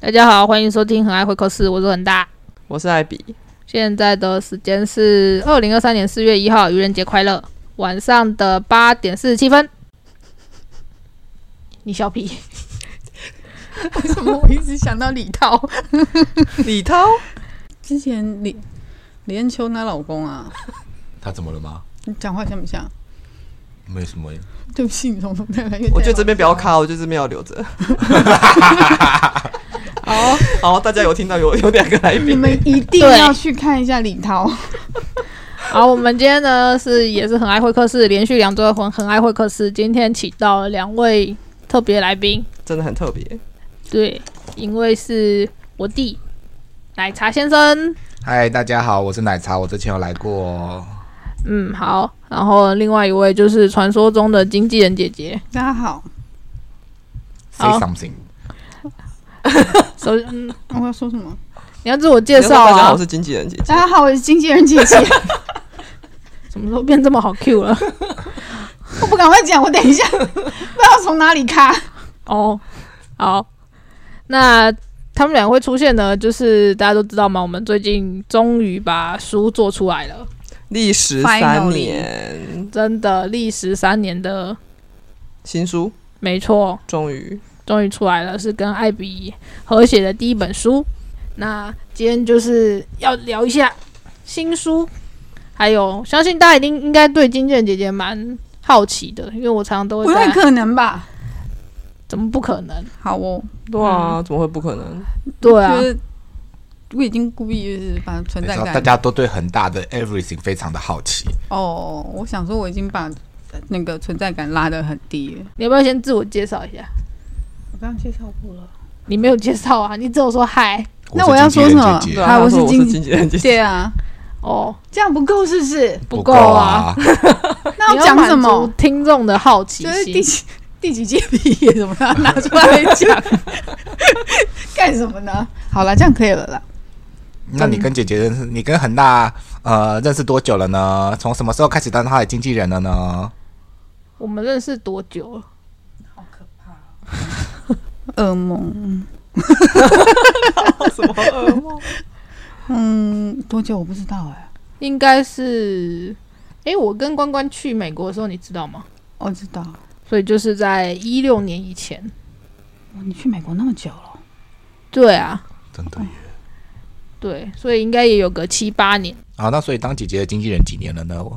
大家好，欢迎收听很爱会客室，我是很大， 我是艾比。 现在的时间是2023年4月1号，愚人节快乐，晚上的8点47分。你笑屁？ 为什么我一直想到李涛？ 李涛之前李彦秋她老公啊， 他怎么了吗？ 你讲话像不像？ 没什么。 对不起，你从头再来。 我觉得这边不要卡，我觉得这边要留着。好，大家有听到有2个来宾， 你们一定要去看一下李涛。 好，我们今天呢也是很爱会客室，连续2周的很爱会客室，今天请到了2位特别来宾， 真的很特别。 对，因为是我弟奶茶先生。 嗨，大家好，我是奶茶，我之前有来过。 好，然后另外一位就是传说中的经纪人姐姐。 大家好 Say something。 我要说什么？ 你要自我介绍啊！ 大家好，我是经纪人姐姐。 大家好，我是经纪人姐姐。 什么时候变这么好 Q 了？ 我不赶快讲，我等一下不知道从哪里卡。 哦，好，那他们俩会出现呢，就是大家都知道吗？我们最近终于把书做出来了， 历时3年， 真的历时3年的新书， 没错， 终于出来了，是跟艾比合写的第1本书。那今天就是要聊一下新书，还有相信大家应该对经纪人姐姐蛮好奇的，因为我常常都会不太可能吧？ 怎么不可能？ 好哦， 对啊，怎么会不可能？ 对啊， 我已经故意就是把存在感， 大家都对恒大的 everything 非常的好奇。 哦，我想说我已经把那个存在感拉得很低了。 你要不要先自我介绍一下？ 我刚刚介绍过了。 你没有介绍啊，你只有说嗨。 那我要说什么？ 对啊， 我是经纪人姐姐。 对啊， 哦， 这样不够是不是？ 不够啊！ 那要讲什么？ 听众的好奇心。 就是第几届毕业什么的拿出来讲，干什么呢？好了，这样可以了啦。 那你跟姐姐认识，你跟恒大认识多久了呢？从什么时候开始当他的经纪人了呢？ 我们认识多久了？ 好可怕！噩梦。 什么噩梦？ 多久我不知道应该是，我跟关关去美国的时候，你知道吗？ 我知道， 所以就是在16年以前。 你去美国那么久了？ 对啊， 真的耶。 对，所以应该也有个7、8年。 好，那所以当姐姐的经纪人几年了呢？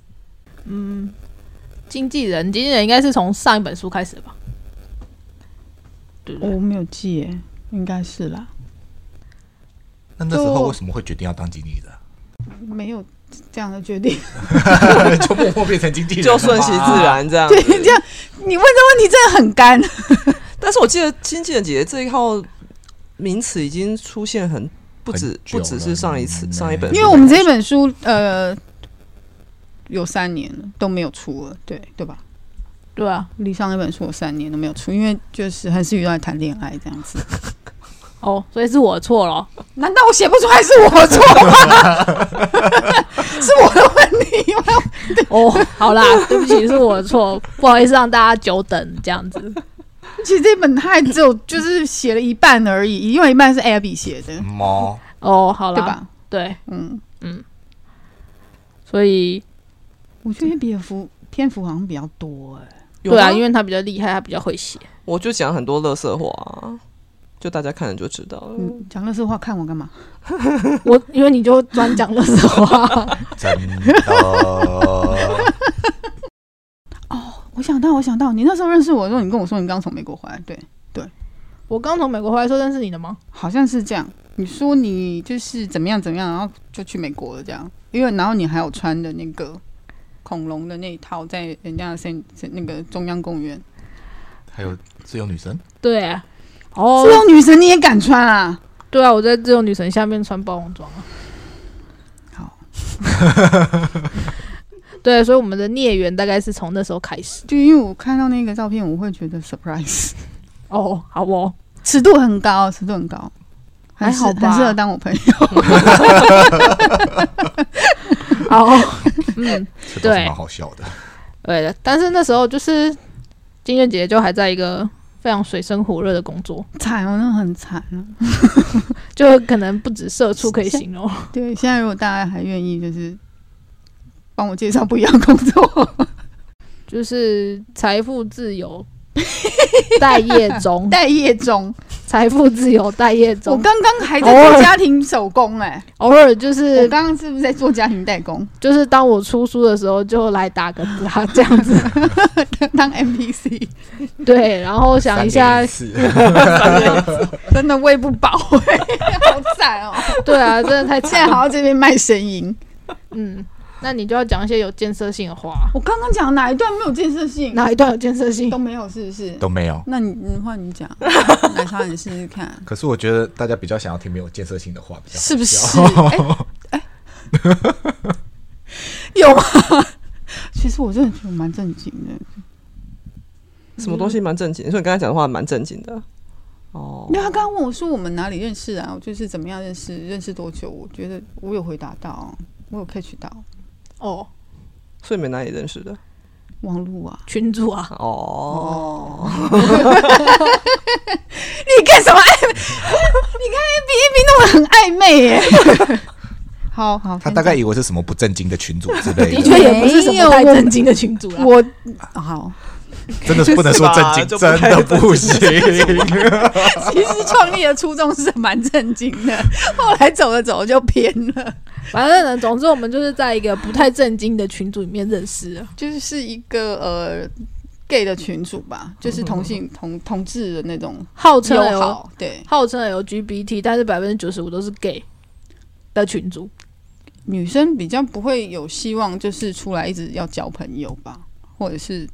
经纪人应该是从上一本书开始吧？对不对？ 我没有记耶，应该是啦。 那时候为什么会决定要当经纪人？ 没有这样的决定， 就默默变成经纪人， 就顺其自然这样。 对，这样你问这问题真的很干。 但是我记得经纪人姐姐这一号名词已经出现不只是上一本书， 因为我们这本书有3年了都没有出了，对吧？ 对啊， 离上一本书有3年都没有出，因为就是还是遇到谈恋爱这样子。 哦，所以是我错了。 难道我写不出来是我错吗？是我的问题吗？ 哦，好啦，对不起，是我的错，不好意思让大家久等这样子。 其实这本它还只有就是写了一半而已，因为一半是 Abby 写的。 哦，好啦， 对吧？ 对，所以我觉得篇幅好像比较多对啊，因为他比较厉害，他比较会写。 我就讲很多垃圾话就大家看了就知道了。 讲垃圾话看我干嘛？ 因为你就专讲垃圾话。 真的。 我想到，你那时候认识我的时候，你跟我说你刚从美国回来，对， 我刚从美国回来的时候认识你的吗？ 好像是这样。你说你就是怎么样，然后就去美国了这样，然后你还有穿的那个恐龙的那一套，在人家的那个中央公园， 还有自由女神， 对啊，哦， 自由女神你也敢穿啊？ 对啊，我在自由女神下面穿暴龙装啊。 好。 对，所以我们的孽缘大概是从那时候开始。 就因为我看到那个照片，我会觉得 surprise。 哦，好哦， 尺度很高， 还好吧， 很适合当我朋友。 好， 对，蛮好笑的。 对的，但是那时候就是经纪人姐姐就还在一个非常水深火热的工作， 惨哦，那很惨啊。 就可能不止社畜可以形容。 对，现在如果大家还愿意，就是帮我介绍不一样工作， 就是财富自由待业中， 待业中， 财富自由待业中。 我刚刚还在做家庭手工偶尔就是我刚刚是不是在做家庭代工？ 就是当我出书的时候，就来打个字啊，这样子当 NPC。 对，然后想一下， 真的喂不饱，好惨哦。 对啊，真的太惨。 现在还要这边卖声音， 那你就要讲一些有建设性的话。 我刚刚讲哪一段没有建设性？ 哪一段有建设性？ 都没有，是不是？ 都没有。 那你换你讲，奶茶你试试看。 可是我觉得大家比较想要听没有建设性的话，比较是不是？有吗？其实我真的觉得蛮震惊的。 什么东西蛮正经？所以你刚才讲的话蛮正经的。哦， 因为他刚刚问我说我们哪里认识啊？我就是怎么样认识多久？我觉得我有回答到，我有 catch 到。 哦， 所以你们哪里认识的？ 网路啊， 群主啊。 哦， 你干什么暧昧？你看 B 弄得很暧昧耶。好， 他大概以为是什么不正经的群组之类的， 的确也不是什么太正经的群主啦。 我好。 真的是不能说正经，真的不行。 其实创立的初衷是蛮正经的，后来走着走就偏了。 反正呢，总之我们就是在一个不太正经的群组里面认识了， 就是一个gay 的群组吧，就是同性同志的那种号称友好，对， 号称 LGBT， 但是95%都是 gay 的群组。 女生比较不会有希望，就是出来一直要交朋友吧，或者是。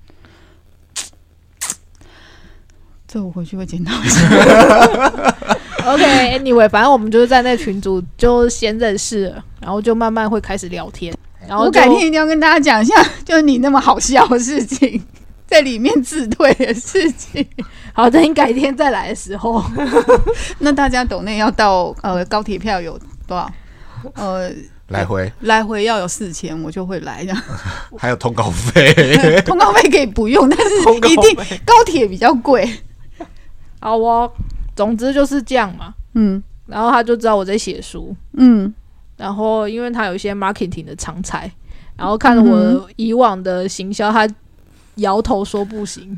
这我回去会检讨一下。 OK，anyway， 反正我们就是在那群组就先认识了，然后就慢慢会开始聊天。然后我改天一定要跟大家讲一下，就是你那么好笑的事情，在里面自退的事情。 好，等你改天再来的时候， 那大家抖内要到高铁票有多少？ 来回要有4000，我就会来这样。 还有通告费， 通告费可以不用，但是一定高铁比较贵。 好哦，总之就是这样嘛。然后他就知道我在写书。然后因为他有一些 marketing 的长才，然后看了我以往的行销，他摇头说不行。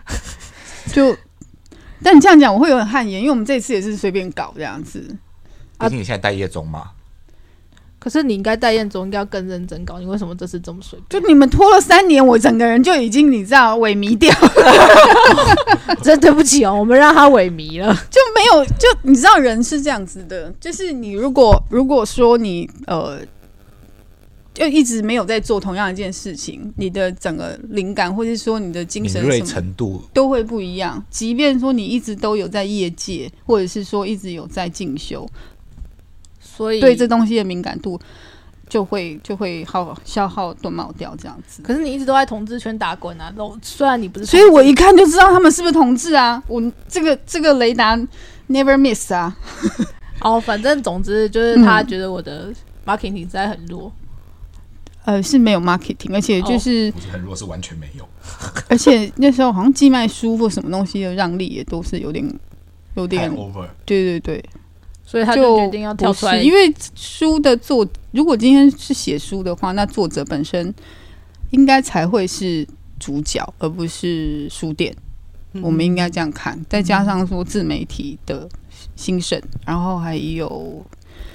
但你这样讲我会有点汗颜，因为我们这次也是随便搞这样子。 毕竟你现在待业中嘛。 可是你应该待业中应该要更认真搞，你为什么这次这么随便？ 就你们拖了3年，我整个人就已经你知道萎靡掉了。 真对不起哦，我们让他萎靡了， 就没有就你知道人是这样子的，就是你如果说你就一直没有在做同样一件事情，你的整个灵感或是说你的精神敏锐程度都会不一样。即便说你一直都有在业界，或者是说一直有在进修。 所以对这东西的敏感度就会消耗顿冒掉这样子。 可是你一直都在同志圈打滚啊，虽然你不是， 所以我一看就知道他们是不是同志啊。我这个雷达 never miss 啊。 反正总之就是他觉得我的 marketing 实在很弱。 是没有 marketing， 而且就是不是很弱，是完全没有。 而且那时候好像寄卖书或什么东西的让利也都是有点太 over。 对。 所以他就决定要跳出来， 因为书的如果今天是写书的话，那作者本身应该才会是主角，而不是书店。我们应该这样看。再加上说自媒体的兴盛，然后还有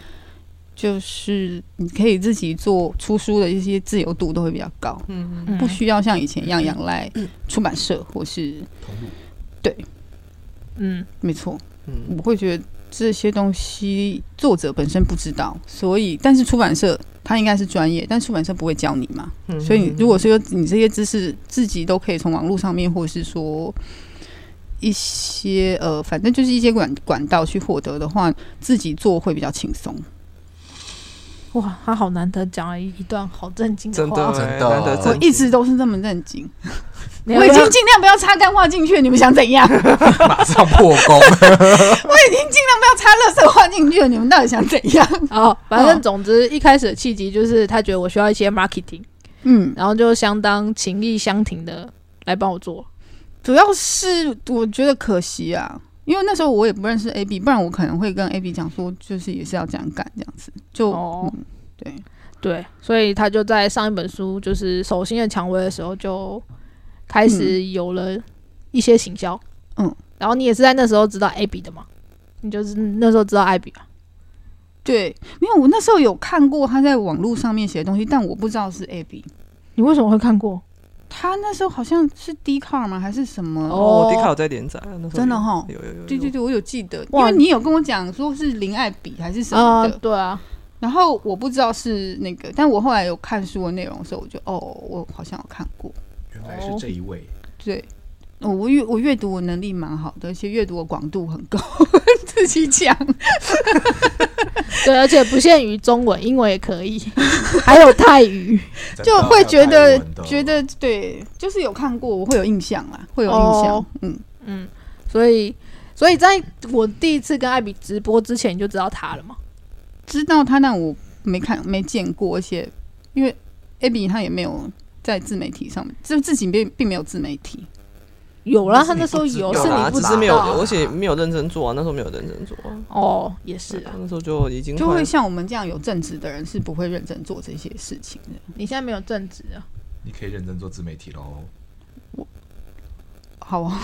就是你可以自己做出书的一些自由度都会比较高，不需要像以前一样仰赖出版社或是对，没错，我会觉得。这些东西作者本身不知道，所以但是出版社他应该是专业，但出版社不会教你嘛。所以如果说你这些知识自己都可以从网络上面，或者是说一些反正就是一些管道去获得的话，自己做会比较轻松。 哇，他好难得讲了一段好正经的话， 真的难得正经。 我一直都是这么正经。我已经尽量不要插干话进去，你们想怎样？ 马上破功。我已经尽量不要插垃圾话进去了，你们到底想怎样？ 反正总之一开始的契机就是他觉得我需要一些 marketing，然后就相当情义相挺的来帮我做。 主要是我觉得可惜啊，因为那时候我也不认识 AB， 不然我可能会跟 AB 讲说，就是也是要这样干这样子。就、对对，所以他就在上一本书就是手心的蔷薇的时候就开始有了一些行销。然后你也是在那时候知道 AB 的吗？你就是那时候知道 AB 啊？ 对，没有，我那时候有看过他在网络上面写的东西，但我不知道是 AB。 你为什么会看过？ 他那时候好像是 Dcard 吗？还是什么？ 我 Dcard 有在连载，那时候真的齁， 有。 对，我有记得，因为你有跟我讲说是林爱比还是什么的， 对啊。 然后我不知道是那个，但我后来有看书的内容的时候，我就我好像有看过， 原来是这一位。 对，我阅读的能力蛮好的，而且阅读的广度很高，自己讲。 对，而且不限于中文，英文也可以，还有泰语， 就会觉得对，就是有看过，我会有印象啦，会有印象。 所以在我第一次跟艾比直播之前，你就知道他了吗？ 知道他，但我没见过，而且因为 AB 他也没有在自媒体上面，就自己并没有自媒体。 有啦，他那时候有，是你不知道， 只是没有，而且没有认真做啊。那时候没有认真做啊。 也是啊。 那时候就已经就会像我们这样有正职的人是不会认真做这些事情的。 你现在没有正职啊？ 你可以认真做自媒体咯。 好啊，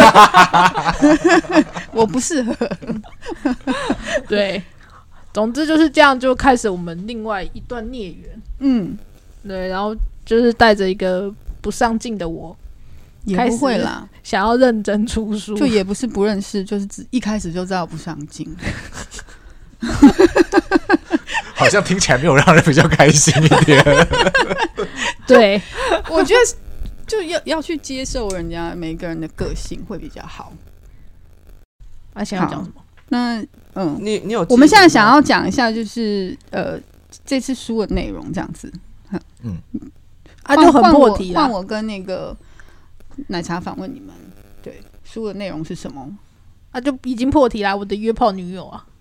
我不适合。 对，总之就是这样，就开始我们另外一段孽缘。对，然后就是带着一个不上进的我。 也不会啦， 想要认真出书， 就也不是不认识，就是一开始就知道不上进。 好像听起来没有让人比较开心一点。 对， 我觉得就要去接受人家每个人的个性会比较好。 想要讲什么？ 那你有？ 我们现在想要讲一下，就是这次书的内容这样子。 就很破题啦。 换我跟那个奶茶访问你们，对书的内容是什么？ 就已经破题啦，我的约炮女友啊。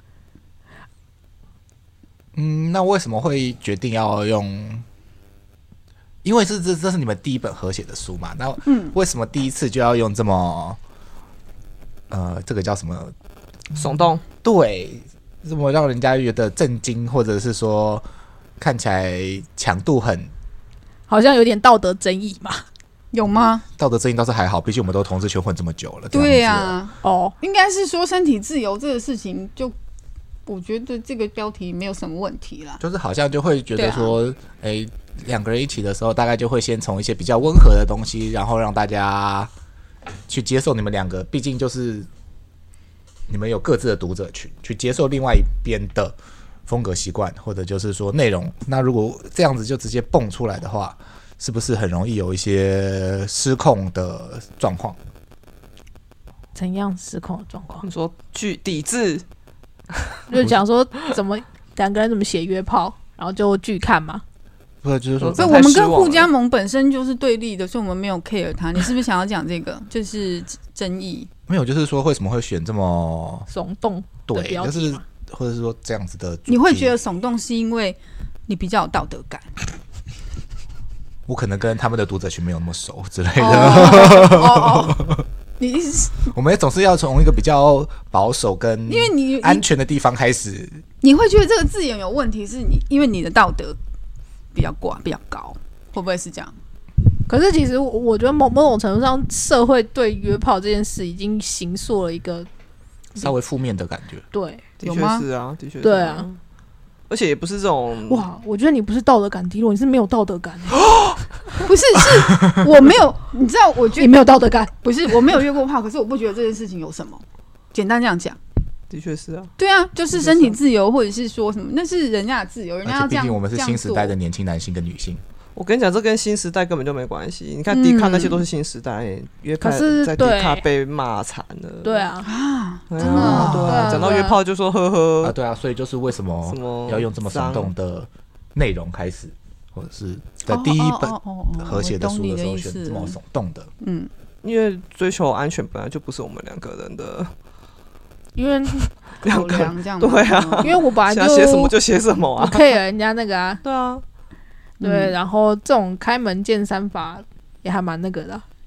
那为什么会决定要用？因为这是你们第一本合写的书嘛，那为什么第一次就要用这么这个叫什么耸动？ 对，这么让人家觉得震惊，或者是说看起来强度好像有点道德争议嘛？ 有吗？ 道德争议倒是还好，毕竟我们都同志圈混这么久了。 对呀，应该是说身体自由这个事情，就我觉得这个标题没有什么问题啦。 就是好像就会觉得说，两个人一起的时候，大概就会先从一些比较温和的东西，然后让大家去接受你们两个，毕竟就是你们有各自的读者群，去接受另外一边的风格习惯，或者就是说内容。那如果这样子就直接蹦出来的话，是不是很容易有一些失控的状况？ 怎样失控的状况？ 你说抵制， 就是讲说怎么两个人怎么写约炮，然后就剧看嘛？ 不是，就是说， 所以我们跟互加盟本身就是对立的，所以我们没有 care 他。你是不是想要讲这个？就是争议？ 没有，就是说为什么会选这么耸动的标题嘛？ 就是或者是说这样子的主题， 你会觉得耸动是因为你比较有道德感？ 我可能跟他们的读者群没有那么熟之类的。 你意思我们总是要从一个比较保守跟因为你安全的地方开始。 你会觉得这个字眼有问题，是因为你的道德比较高，会不会是这样？ 可是其实我觉得某种程度上，社会对约炮这件事已经形塑了一个稍微负面的感觉。 对， 的确是啊，的确是。 对啊。 而且也不是这种我觉得你不是道德感低落，你是没有道德感。 不是，是我没有，你知道，我觉得你没有道德感。 不是，我没有约过炮，可是我不觉得这件事情有什么。简单这样讲， 的确是啊。 对啊，就是身体自由，或者是说什么，那是人家的自由，人家要这样。 毕竟我们是新时代的年轻男性跟女性。 我跟你讲，这跟新时代根本就没关系。你看迪卡那些都是新时代，约炮在迪卡被骂惨了。 对啊， 真的， 对啊，讲到约炮就说呵呵啊，对啊，所以就是为什么要用这么耸动的内容开始，或者是在第一本和谐的书的时候选这么耸动的。 因为追求安全本来就不是我们两个人的。 因为考量这样， 对啊， 因为我本来就想写什么就写什么啊， 不 care 人家那个啊， 对啊， 对，然后这种开门见山法也还蛮那个的，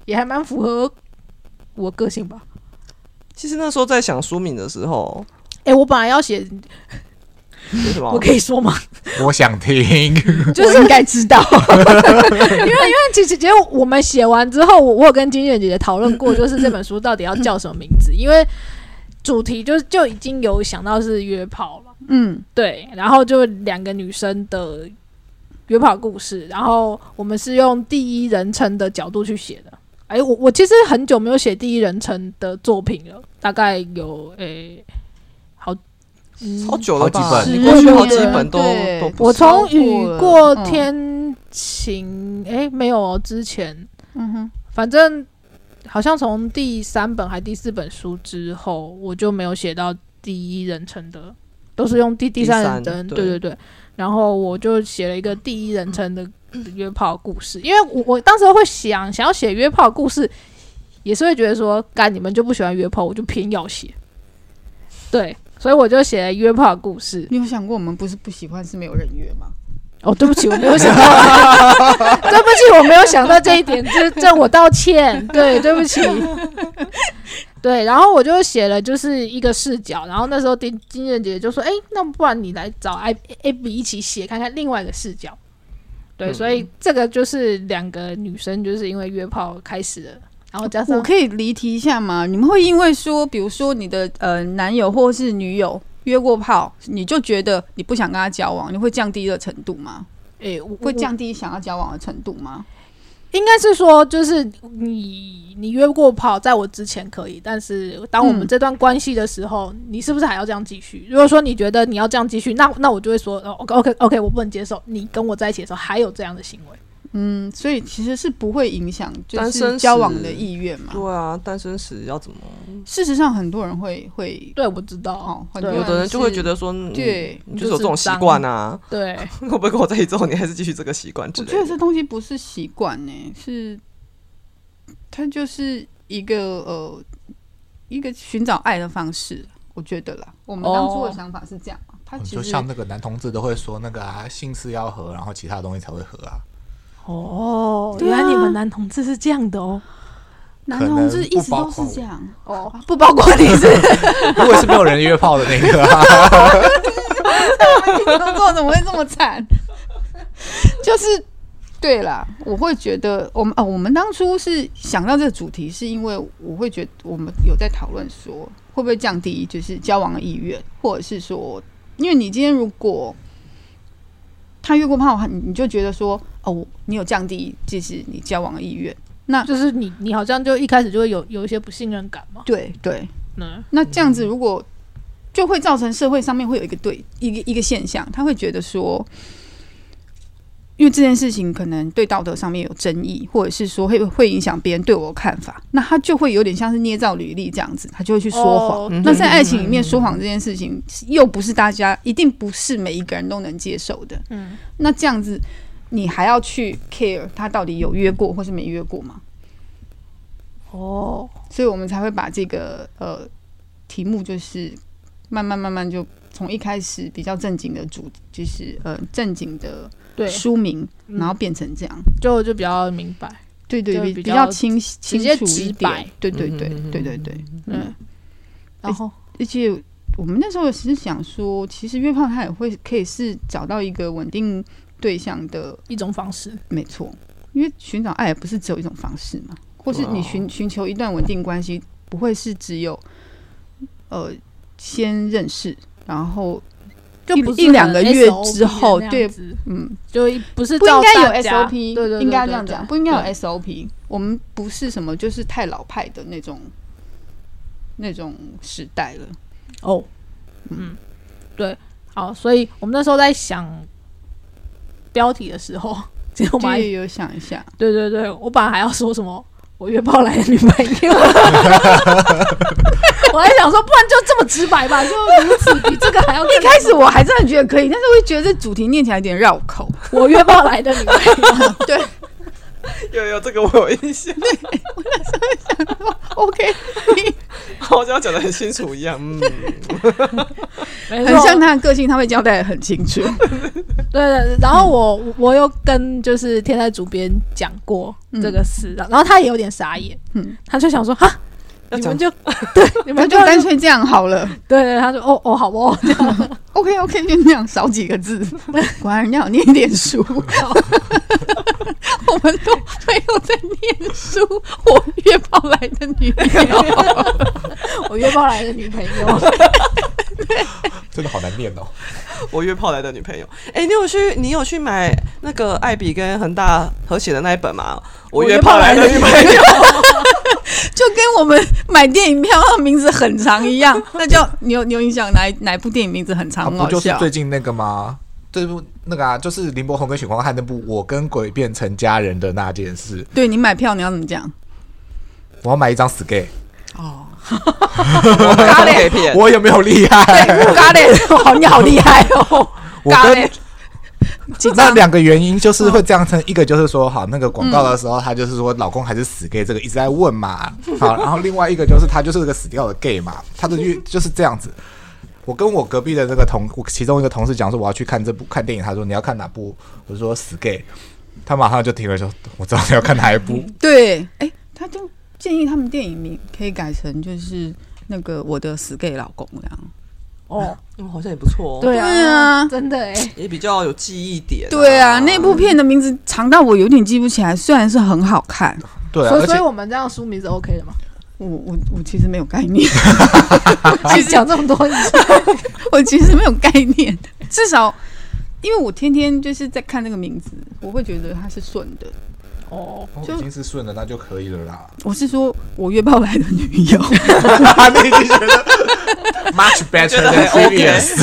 也还蛮符合我个性吧。 其实那时候在想书名的时候， 我本来要写什么？ 我可以说吗？ 我想听， 就是应该知道，因为其实我们写完之后，我有跟金燕姐姐讨论过，就是这本书到底要叫什么名字，因为主题就已经有想到是约炮了，对，然后就2个女生的约炮故事，然后我们是用第一人称的角度去写的。我其实很久没有写第一人称的作品了，大概有超久了吧？ 好几本， 你过去好几本都我从雨过天晴，没有之前，反正好像从第3本还第4本书之后，我就没有写到第一人称的，都是用第3人称，对。然后我就写了一个第一人称的约炮故事，因为我当时会想要写约炮故事，也是会觉得说，干你们就不喜欢约炮，我就偏要写，对。所以我就写了约炮的故事。 你有想过我们不是不喜欢，是没有人约吗？ 对不起，我没有想到，对不起，我没有想到这一点，这我道歉，对不起。对，然后我就写了就是一个视角，然后那时候金燕姐姐就说：“那不然你来找Abby 一起写，看看另外一个视角。”对，所以这个就是2个女生就是因为约炮开始了。然后加上我可以离题一下吗？你们会因为说，比如说你的男友或是女友约过炮，你就觉得你不想跟他交往，你会降低的程度吗？会降低想要交往的程度吗？ 应该是说，就是你约过炮，在我之前可以，但是当我们这段关系的时候，你是不是还要这样继续？如果说你觉得你要这样继续，那我就会说，OK， 我不能接受你跟我在一起的时候还有这样的行为。 所以其实是不会影响就是交往的意愿嘛。 对啊，单身时要怎么？ 事实上，很多人会， 对，我知道很多有的人就会觉得说， 对， 你就是有这种习惯啊。 对， 会不会跟我在一起之后，你还是继续这个习惯之类的？ 我觉得这东西不是习惯呢，是它就是一个寻找爱的方式。我觉得啦，我们当初的想法是这样嘛。他其实就像那个男同志都会说那个姓氏要合，然后其他东西才会合啊。 原来你们男同志是这样的哦。 男同志一直都是这样不包括你是？ 我也是没有人约炮的那个啊。 工作怎么会这么惨？就是对啦，我会觉得我们当初是想到这个主题，是因为我会觉得我们有在讨论说会不会降低就是交往的意愿，或者是说，因为你今天如果他约过炮，你就觉得说你有降低就是你交往的意愿，那就是你好像就一开始就会有一些不信任感嘛。 对，那这样子如果就会造成社会上面会有一个现象，他会觉得说，因为这件事情可能对道德上面有争议，或者是说会影响别人对我的看法，那他就会有点像是捏造履历这样子，他就会去说谎。那在爱情里面说谎这件事情，又不是大家一定不是每一个人都能接受的。那这样子，你还要去 care 他到底有约过或是没约过吗？所以我们才会把这个题目就是慢慢就从一开始比较正经的就是正经的书名，然后变成这样， 就比较明白， 对，比较清楚一点，对。然后，而且我们那时候是想说，其实约炮它也可以是找到一个稳定对象的一种方式， 没错，因为寻找爱也不是只有一种方式嘛，或是你寻求一段稳定关系，不会是只有先认识，然后就不是 1-2个月之后，对， 就不是不应该有 SOP， 对， 应该这样讲，不应该有 SOP。我们不是什么就是太老派的那种时代了。 对，好，所以我们那时候在想标题的时候，其实我们也有想一下， 对，我本来还要说什么。我约炮来的女朋友，我还想说，不然就这么直白吧，就如此，比这个还要。 一开始我还真的觉得可以，但是我会觉得这主题念起来有点绕口。 我约炮来的女朋友， 对， 有这个我有印象。 对，我那时候想说 ，OK， 好像讲得很清楚一样， 很像他的个性，他会交代得很清楚。 对对，然后我有跟就是天才主编讲过这个事，然后他也有点傻眼，他就想说哈，你们就对，你们就干脆这样好了。 对对，他说哦好不这样 ，OK， 就这样少几个字，果然人家有念点书。我们都没有在念书。我约炮来的女朋友， 我约炮来的女朋友， 真的好难念哦。 我约炮来的女朋友，你有去买那个艾比跟恒大合写的那一本吗？我约炮来的女朋友， 就跟我们买电影票的名字很长一样。那叫你有印象哪部电影名字很长？ 不就是最近那个吗？这部那个就是林柏宏跟许光汉那部《我跟鬼变成家人的那件事》。 对，你买票你要怎么讲？ 我要买一张死 gay。 哦， 我有没有厉害？ 对，你好厉害哦！ 我跟那两个原因就是会这样称，一个就是说，好，那个广告的时候，他就是说老公还是死 gay， 这个一直在问嘛。好，然后另外一个就是他就是个死掉的 gay 嘛，他的就是这样子。我跟我隔壁的那个其中一个同事讲说我要去看电影，他说你要看哪部？我就说死 gay， 他马上就停了说我知道你要看哪一部。 对，他就建议他们电影名可以改成就是那个我的死 gay 老公这样。 哦，好像也不错哦。 对啊，真的也比较有记忆点。 对啊，那部片的名字长到我有点记不起来，虽然是很好看。 对啊， 所以我们这样书名是 OK 的吗？ 我其实没有概念， 其实讲这么多， 我其实没有概念。至少因为我天天就是在看那个名字，我会觉得它是顺的。 哦，已经是顺的，那就可以了啦。 我是说我约炮来的女朋友， 你已经觉得 much better than previous。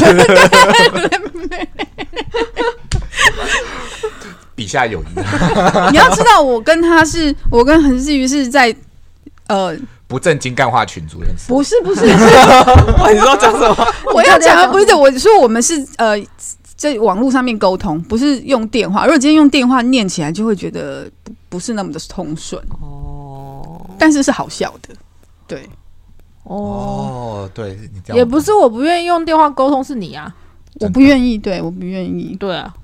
笔下有意。 你要知道，我跟何志瑜是在不正经干话群组认识。 不是， 你知道讲什么？ 我要讲的不是我说我们是在网络上面沟通，不是用电话。如果今天用电话念起来，就会觉得不是那么的通顺哦。但是是好笑的，对。 哦，对，你这样也不是我不愿意用电话沟通，是你啊， 我不愿意，对，我不愿意， 对啊。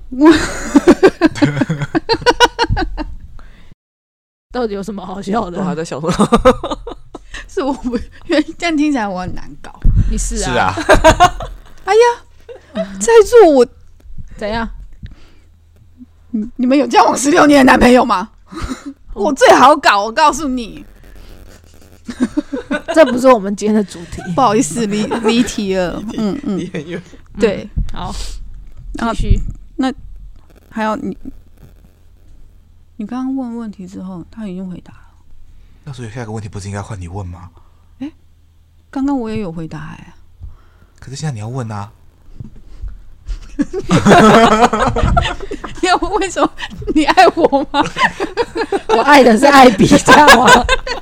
到底有什么好笑的？ 我还在想说， 是我不愿意，这样听起来我很难搞。 你是啊？ 是啊。 哎呀，在座我怎样？ 你们有交往16年的男朋友吗？我最好搞，我告诉你。 这不是我们今天的主题， 不好意思，离题了。 离很远。 对， 好，继续。 那还有你刚刚问问题之后，他已经回答了。 那所以下一个问题不是应该换你问吗？ 刚刚我也有回答可是现在你要问啊。 你要问为什么你爱我吗？ 我爱的是艾比，这样吗？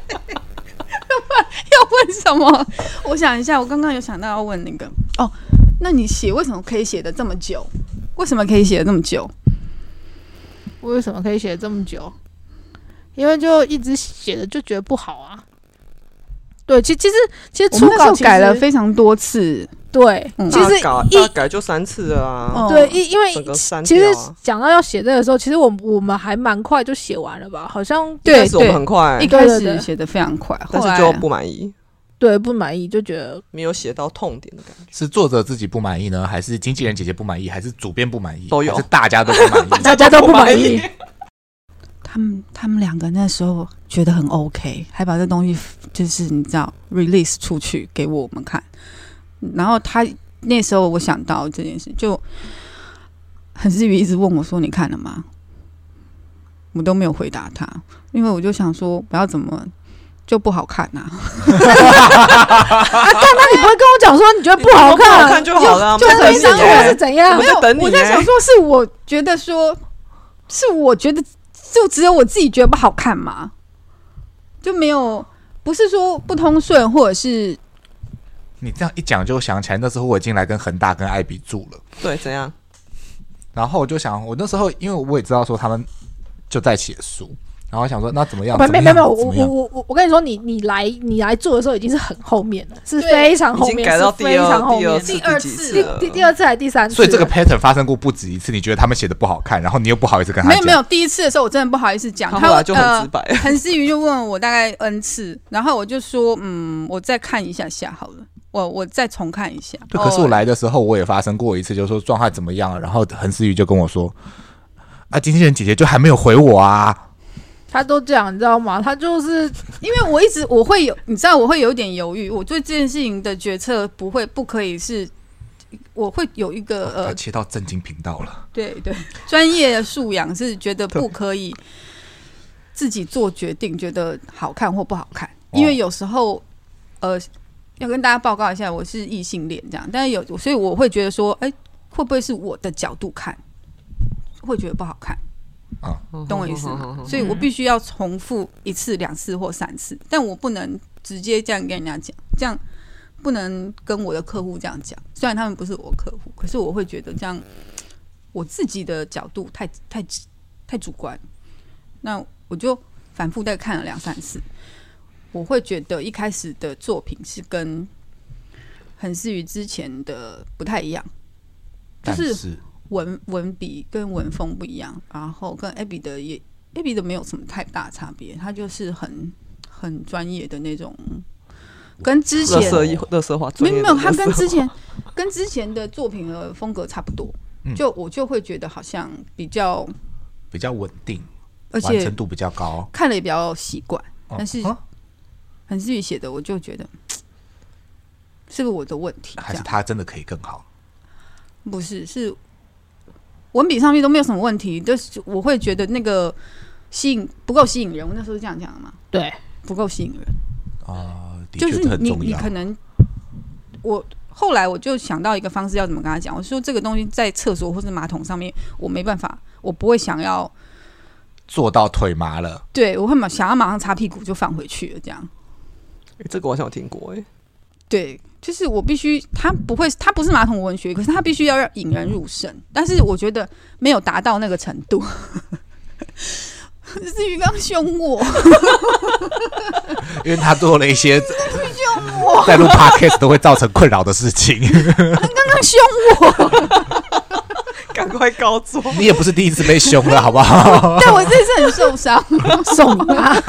要问什么？我想一下，我刚刚有想到要问那个那你为什么可以写得这么久？为什么可以写得这么久？ 为什么可以写得这么久？因为就一直写的就觉得不好啊。对，其实初稿改了非常多次。 对，其实大改就3次了啊。 对，因为其实讲到要写这个时候，其实我们还蛮快就写完了吧？好像一开始我们很快， 一开始写得非常快， 但是就不满意。 对，不满意就觉得没有写到痛点的感觉。 是作者自己不满意呢，还是经纪人姐姐不满意，还是主编不满意， 都有， 还是大家都不满意？ 大家都不满意。 他们两个那时候觉得很 OK， 还把这东西就是你知道 release 出去给我们看。然后那时候我想到这件事，就很至于一直问我说：“你看了吗？”我都没有回答他，因为我就想说不要怎么就不好看啊！ 那你不会跟我讲说你觉得不好看， 不好看就好了， 就没想过是怎样？ 没有， 我在想说是我觉得就只有我自己觉得不好看嘛，就没有不是说不通顺，或者是你这样一讲就想起来，那时候我已经来跟恒大跟艾比住了。 对，怎样？ 然后我就想，我那时候因为我也知道说他们就在写书， 然后想说那怎么样？ 没有，我跟你说，你来做的时候已经是很后面了，是非常后面， 已经改到第二次、 第二次还是第三次？ 所以这个 pattern 发生过不止一次。你觉得他们写的不好看，然后你又不好意思跟他讲。 没有，第一次的时候我真的不好意思讲， 他后来就很直白。 陈思瑜就问我大概 N 次，然后我就说我再看一下下好了。我再重看一下。 对，可是我来的时候我也发生过一次，就是说状态怎么样了，然后陈思瑜就跟我说啊，经纪人姐姐就还没有回我啊。 他都这样，你知道吗？他就是因为我会有，你知道我会有点犹豫，我对这件事情的决策不可以是，我会有一个切到正经频道了。 对，专业的素养是觉得不可以自己做决定，觉得好看或不好看，因为有时候要跟大家报告一下，我是异性恋这样，但是所以我会觉得说，会不会是我的角度看会觉得不好看？懂我意思吗？所以我必须要重复1次、2次或3次，但我不能直接这样跟人家讲，这样不能跟我的客户这样讲。虽然他们不是我客户，可是我会觉得这样我自己的角度太主观。那我就反复再看了2、3次，我会觉得一开始的作品是跟很思于之前的不太一样，就是文笔跟文风不一样，然后跟 Abby 的没有什么太大差别，他就是很专业的那种，跟之前垃圾话没有，他跟之前的作品的风格差不多，我就会觉得好像比较稳定， 而且完成度比较高， 看了也比较习惯。但是很思雨写的，我就觉得是不是我的问题？ 还是他真的可以更好？ 不是，是文笔上面都没有什么问题，就是我会觉得那个不够吸引人。我那时候是这样讲的嘛？ 对， 不够吸引人就是你可能我后来我就想到一个方式，要怎么跟他讲？我说这个东西在厕所或是马桶上面，我没办法，我不会想要做到腿麻了。 对，我会想要马上擦屁股就放回去了，这样。 这个我好像有听过对，就是我必须，他不是马桶文学，可是他必须要让引人入胜，但是我觉得没有达到那个程度。是鱼刚凶我， 因为他做了一些在录 podcast 都会造成困扰的事情。 他刚刚凶我， 赶快告状！ 你也不是第一次被凶了，好不好？ 但我这次很受伤， 送他。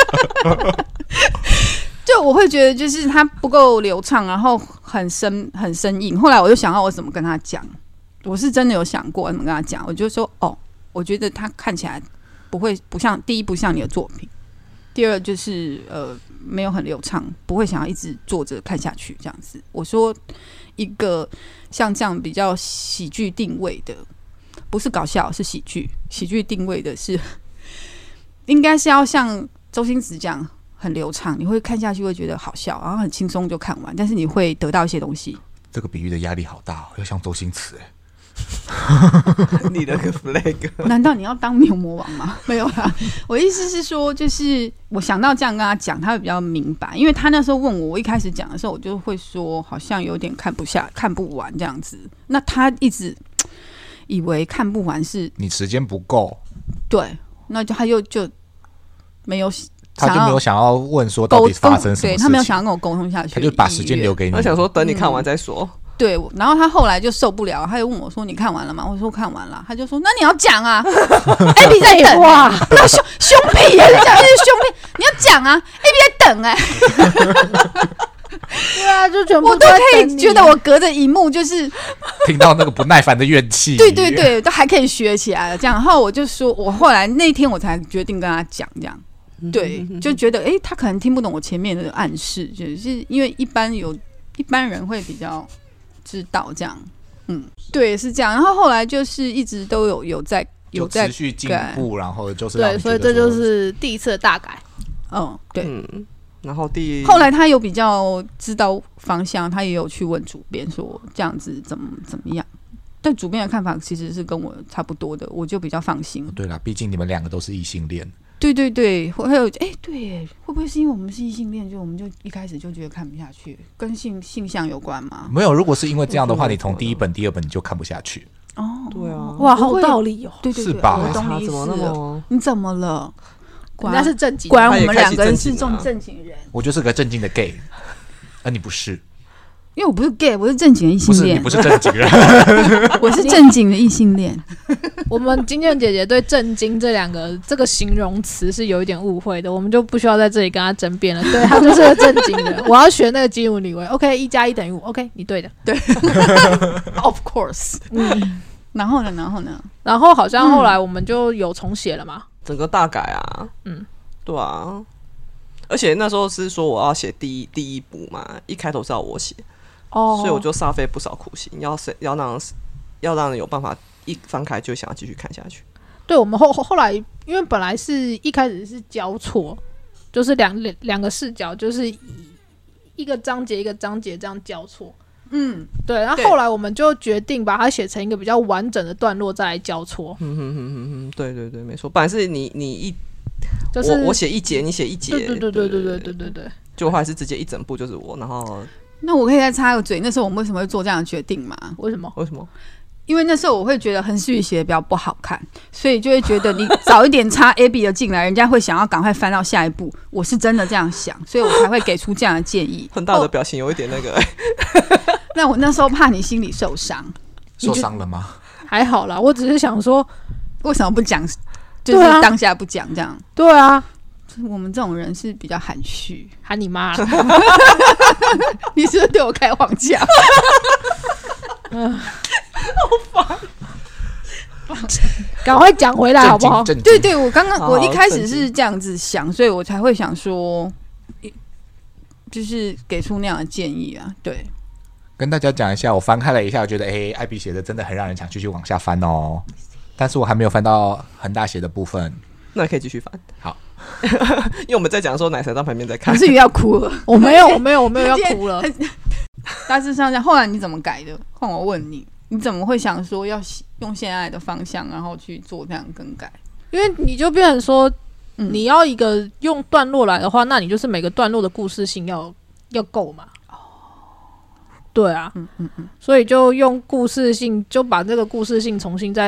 就我会觉得就是他不够流畅，然后很生硬。后来我就想到我怎么跟他讲，我是真的有想过怎么跟他讲。我就说我觉得他看起来不像，第一不像你的作品，第二就是没有很流畅，不会想要一直坐着看下去这样子。我说一个像这样比较喜剧定位的，不是搞笑是喜剧定位的是应该是要像周星驰这样很流畅，你会看下去会觉得好笑，然后很轻松就看完，但是你会得到一些东西。 这个比喻的压力好大要像周星驰你的个 flag， 难道你要当牛魔王吗？没有啦，我意思是说，就是我想到这样跟他讲，他会比较明白。因为他那时候问我一开始讲的时候，我就会说好像有点看不完这样子。那他一直以为看不完是你时间不够， 对，那他就没有。 他就没有想要问说到底发生什么事情， 对，他没有想要跟我沟通下去， 他就把时间留给你。 他想说等你看完再说。 对，然后他后来就受不了，他就问我说：“你看完了吗？”我说：“看完了。”他就说：“那你要讲啊 ，Abby 在等哇，不要凶屁呀，讲那是凶屁，你要讲啊 ，Abby 在等对啊，就全部我都可以觉得我隔着荧幕就是听到那个不耐烦的怨气， 对，都还可以学起来了。这样，然后我就说，我后来那天我才决定跟他讲这样。对，就觉得他可能听不懂我前面的暗示，就是因为一般人会比较知道这样，对，是这样。然后后来就是一直都有在持续进步，然后就是对，所以这就是第一次的大改。 对， 然后后来他有比较知道方向，他也有去问主编说这样子怎么样。但主编的看法其实是跟我差不多的，我就比较放心。 对啦，毕竟你们两个都是异性恋。 对，还有对，会不会是因为我们是异性恋，就我们就一开始就觉得看不下去，跟性向有关吗？ 没有，如果是因为这样的话，你从第一本、第二本你就看不下去。 对啊， 哇，好有道理哦。 对， 是吧？ 我懂你意思了。你怎么了？ 人家是正经， 果然我们两个人是这种正经人。 我就是个正经的 gay， 而你不是。 因为我不是 gay， 我是正经的异性恋。 你不是正经人， 我是正经的异性恋。 我们金健姐姐对正经这个形容词是有一点误会的，我们就不需要在这里跟她争辩了。对，她就是个正经人。我要学那个基努里维 ，OK， 1+1等于5 ，OK， 你对的， 对，Of course。然后呢？ 然后好像后来我们就有重写了嘛， 整个大改啊，对啊。而且那时候是说我要写第一部嘛，一开头是要我写。所以我就煞费不少苦心，要让人有办法一翻开就想要继续看下去。 对，我们后来因为本来是一开始是交错，就是两个视角，就是一个章节一个章节这样交错。对。然后后来我们就决定把它写成一个比较完整的段落再来交错。 对，没错。本来是你就是我写一节，你写一节。 对。 就后来是直接一整部就是我，然后。 那我可以再插个嘴，那时候我们为什么会做这样的决定吗？ 为什么？ 因为那时候我会觉得横思雨写的比较不好看，所以就会觉得你早一点插 Abby 的进来，人家会想要赶快翻到下一步。我是真的这样想，所以我才会给出这样的建议。 很大的表情有一点那个。 那我那时候怕你心里受伤。 受伤了吗？ 还好啦，我只是想说， 为什么不讲？就是当下不讲这样。 对啊。 我们这种人是比较含蓄， 喊你妈了。 你是不是对我开黄腔？ 好烦！ 赶快讲回来好不好？ 对，我一开始是这样子想，所以我才会想说，就是给出那样的建议啊。对， 跟大家讲一下，我翻开了一下，我觉得艾比写的真的很让人想继续往下翻哦。但是我还没有翻到恒大写的部分， 那可以继续翻。 好。 因为我们在讲的时候，奶茶在旁边在看。 可是要哭了， 我没有要哭了。 大致上，后来你怎么改的？换我问你，你怎么会想说要用现在的方向，然后去做这样更改？ 因为你就变成说，你要一个用段落来的话，那你就是每个段落的故事性要够嘛。对啊，所以就用故事性，就把这个故事性重新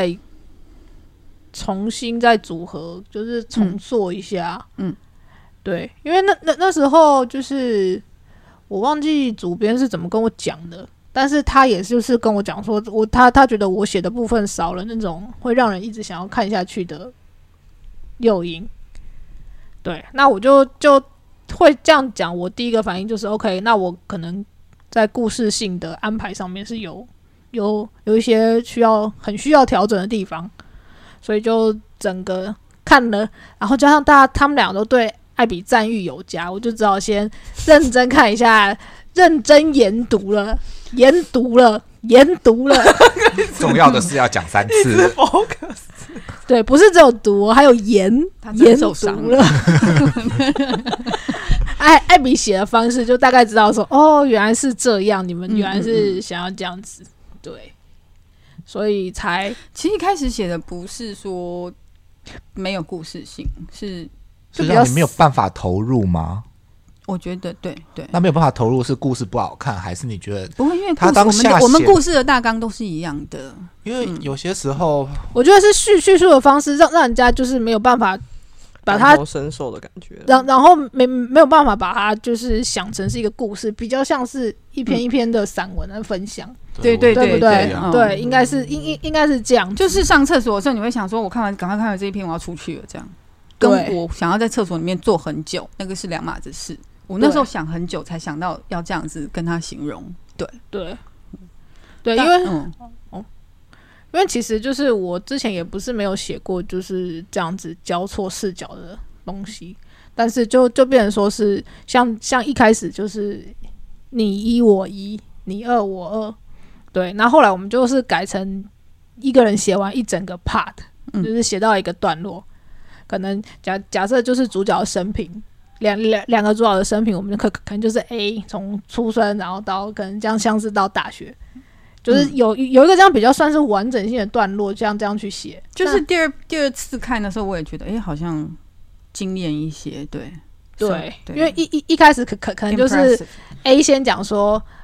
再组合，就是重做一下。对，因为那时候就是我忘记主编是怎么跟我讲的，但是他也就是跟我讲说，他觉得我写的部分少了那种会让人一直想要看下去的诱因。对，那我就会这样讲。我第一个反应就是 OK， 那我可能在故事性的安排上面是有一些很需要调整的地方。所以就整个看了，然后加上他们俩都对艾比赞誉有加，我就只好先认真看一下，认真研读了。 重要的是要讲3次。 对，不是只有读，还有研读了。艾比写的方式就大概知道说，哦，原来是这样，你们原来是想要这样子，对。所以其实一开始写的不是说没有故事性，是让你没有办法投入吗？ 我觉得对。 那没有办法投入是故事不好看，还是你觉得不会？因为他当下我们故事的大纲都是一样的。 因为有些时候， 我觉得是叙述的方式让人家就是没有办法把它感同身受的感觉， 然后没有办法把它就是想成是一个故事，比较像是一篇一篇的散文的分享。 对不对？ 对，应该是这样。 就是上厕所的时候，你会想说，赶快看完这一篇，我要出去了，这样。跟我想要在厕所里面坐很久，那个是两码子事。我那时候想很久才想到要这样子跟他形容。对，因为其实就是我之前也不是没有写过就是这样子交错视角的东西，但是就变成说是像一开始就是你一我一，你二我二，对，然后后来我们就是改成一个人写完一整个 part，就是写到一个段落，可能假设就是主角的生平，两个主角的生平，我们可能就是 A 从出生然后到可能这样像是到大学。就是有一个这样比较算是完整性的段落，这样去写。就是第二次看的时候，我也觉得，好像惊艳一些，对，因为一开始可能就是 A 先讲说，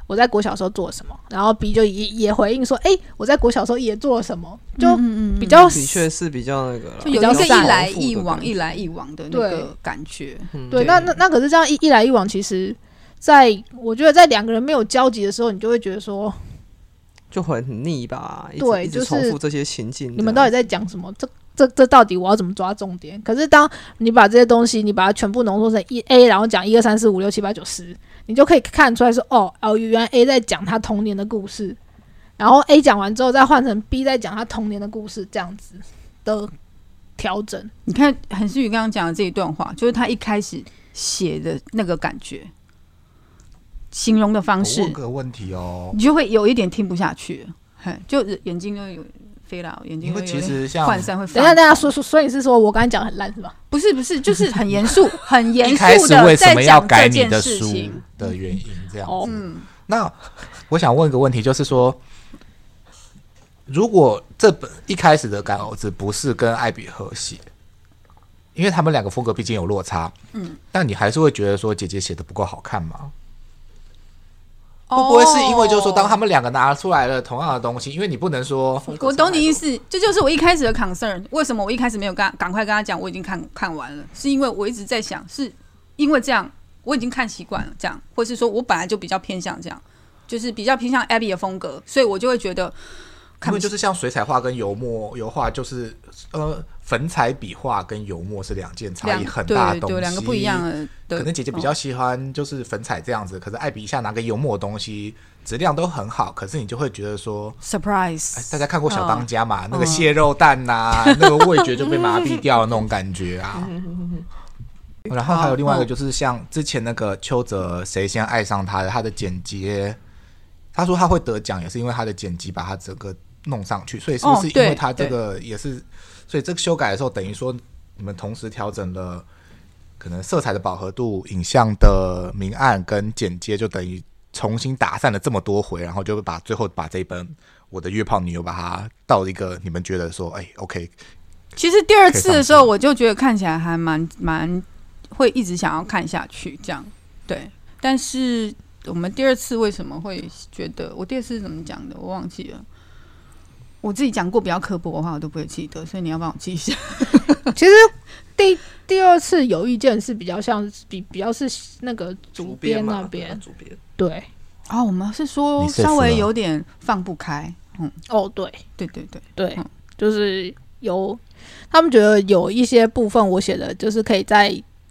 我在国小时候做了什么，然后 B 就也回应说，我在国小时候也做了什么，就比较的确是比较那个啦， 就有一个一来一往的那个感觉。 对，那可是这样一来一往，其实我觉得在两个人没有交集的时候，你就会觉得说。 就很腻吧， 对， 一直重复这些情境。 你们到底在讲什么？这到底我要怎么抓重点？可是当你把这些东西，你把它全部浓缩成A，然后讲1、2、3、4、5、6、7、8、9、10，你就可以看出来说，原来 A 在讲他童年的故事，然后 A 讲完之后再换成 B 在讲他童年的故事，这样子的调整。 你看韩思雨刚刚讲的这一段话，就是他一开始写的那个感觉。形容的方式， 我问个问题哦， 你就会有一点听不下去，就眼睛就有飞了，眼睛因为其实像涣散会。 等一下说，所以你是说我刚才讲很烂是吧？ 不是，就是很严肃，很严肃的在讲这件事情。一开始为什么要改你的书的原因这样子？那我想问一个问题，就是说，如果这本一开始的干儿子不是跟艾比和谐，因为他们两个风格毕竟有落差，但你还是会觉得说姐姐写的不够好看吗？会不会是因为就是说，当他们两个拿出来了同样的东西，因为你不能说， 我懂你意思，这就是我一开始的 concern。为什么我一开始没有赶快跟他讲我已经看完了？是因为我一直在想，是因为这样我已经看习惯了，这样，或是说我本来就比较偏向这样，就是比较偏向 Abby 的风格，所以我就会觉得， 因为就是像水彩画跟油画，就是粉彩笔画跟油墨是两件差异很大的东西， 对，两个不一样的。 可能姐姐比较喜欢就是粉彩这样子，可是艾比一下拿个油墨的东西，质量都很好，可是你就会觉得说 surprise。 大家看过小当家嘛？那个蟹肉蛋呐，那个味觉就被麻痹掉的那种感觉啊。然后还有另外一个就是像之前那个邱泽谁先爱上他的，他的剪辑，他说他会得奖也是因为他的剪辑把他整个弄上去，所以是不是因为他这个也是？所以这个修改的时候，等于说你们同时调整了可能色彩的饱和度、影像的明暗跟剪接，就等于重新打散了这么多回，然后就最后把这一本《我的约炮女友》把它到一个你们觉得说，OK。 其实第二次的时候，我就觉得看起来还蛮会一直想要看下去，这样对。但是我们第二次为什么会觉得？我第二次是怎么讲的？我忘记了。我自己讲过比较刻薄的话，我都不会记得，所以你要帮我记一下。 其实第二次有意见是比较像比较是那个主编那边，对。 我们是说稍微有点放不开，对， 就是他们觉得有一些部分我写的就是可以在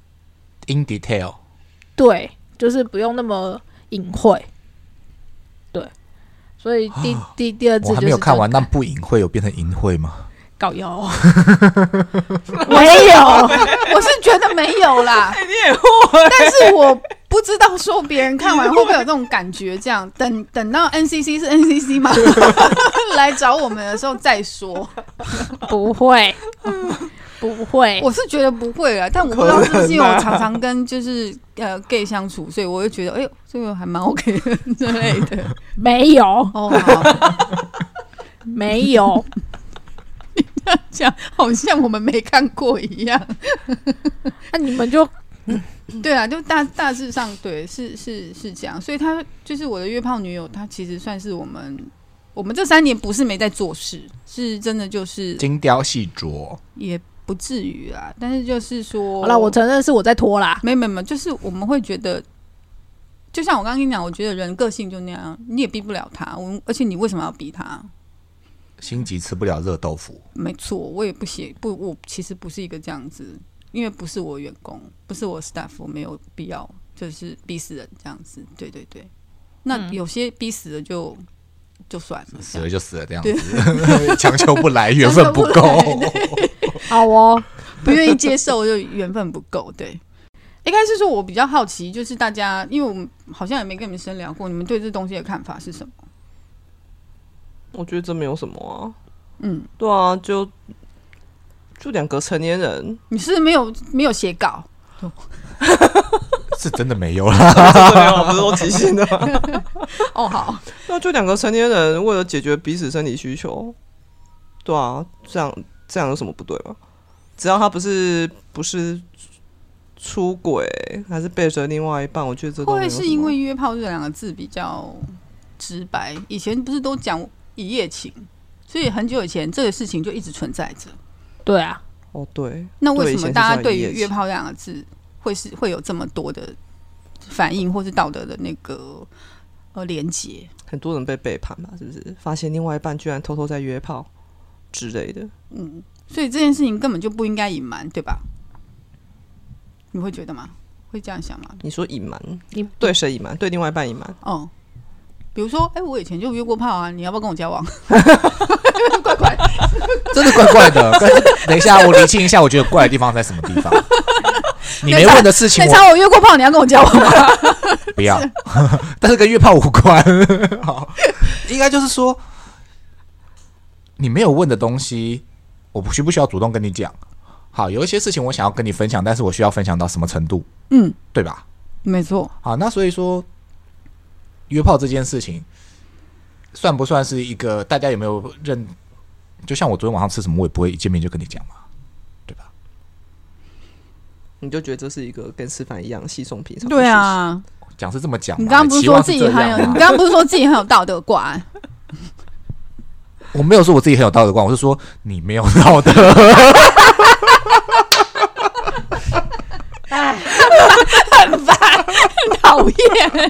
in detail， 对，就是不用那么隐晦，对。所以第二次就是我还没有看完，但不隐晦有变成淫秽吗？ 搞妖没有，我是觉得没有啦。 你也会， 但是我不知道说别人看完会不会有这种感觉。这样等到 NCC 是 NCC 吗？来找我们的时候再说。 不会， 我是觉得不会啦，但我不知道是不是因为我常常跟就是gay 相处，所以我会觉得这个还蛮 OK 的之类的。 没有好没有。 你这样讲好像我们没看过一样。 那你们就对啊，就大致上对是这样，所以他就是我的约炮女友，他其实算是我们这3年不是没在做事，是真的就是精雕细琢， 也不至于啦，但是就是说， 好啦，我承认是我在拖啦， 没，就是我们会觉得，就像我刚刚跟你讲，我觉得人个性就那样，你也逼不了他，而且你为什么要逼他？ 心急吃不了热豆腐。没错，我也我其实不是一个这样子，因为不是我员工，不是我 staff， 我没有必要就是逼死人这样子。对，那有些逼死了就算了， 死了就死了这样子，强求不来，缘分不够。 好哦， 不愿意接受就缘分不够。对，应该是说我比较好奇，就是大家，因为我们好像也没跟你们深聊过，你们对这东西的看法是什么？ 我觉得这没有什么啊。对啊，就2个成年人。你是没有写稿？ 是真的没有啦， 真的没有，不是说即兴的。 好， 那就2个成年人为了解决彼此生理需求，对啊，这样有什么不对吗？只要他不是出轨还是背着另外一半，我觉得这都没有什么。 会是因为约炮这两个字比较直白，以前不是都讲一夜情，所以很久以前这个事情就一直存在着。 对啊， 哦对， 那为什么大家对于约炮这两个字会有这么多的反应，或是道德的那个连结？ 很多人被背叛吧，是不是？发现另外一半居然偷偷在约炮之类的。 所以这件事情根本就不应该隐瞒，对吧？你会觉得吗？会这样想吗？ 你说隐瞒，你对谁隐瞒？对另外一半隐瞒？ 哦，比如说，我以前就约过炮啊，你要不要跟我交往？ 怪怪， 真的怪怪的。等一下，我厘清一下，我觉得怪的地方在什么地方？你没问的事情， 我约过炮，你要跟我交往吗？ 不要，但是跟约炮无关。好，应该就是说，你没有问的东西，我需不需要主动跟你讲？好，有一些事情我想要跟你分享，但是我需要分享到什么程度？对吧？ 没错。 好，那所以说，约炮这件事情，算不算是一个大家有没有认？就像我昨天晚上吃什么，我也不会一见面就跟你讲嘛，对吧？ 你就觉得这是一个跟吃饭一样稀松平常？ 对啊， 讲是这么讲。 你刚刚不是说自己很有？你刚刚不是说自己很有道德观？ 我没有说我自己很有道德观，我是说你没有道德。 很烦，很讨厌。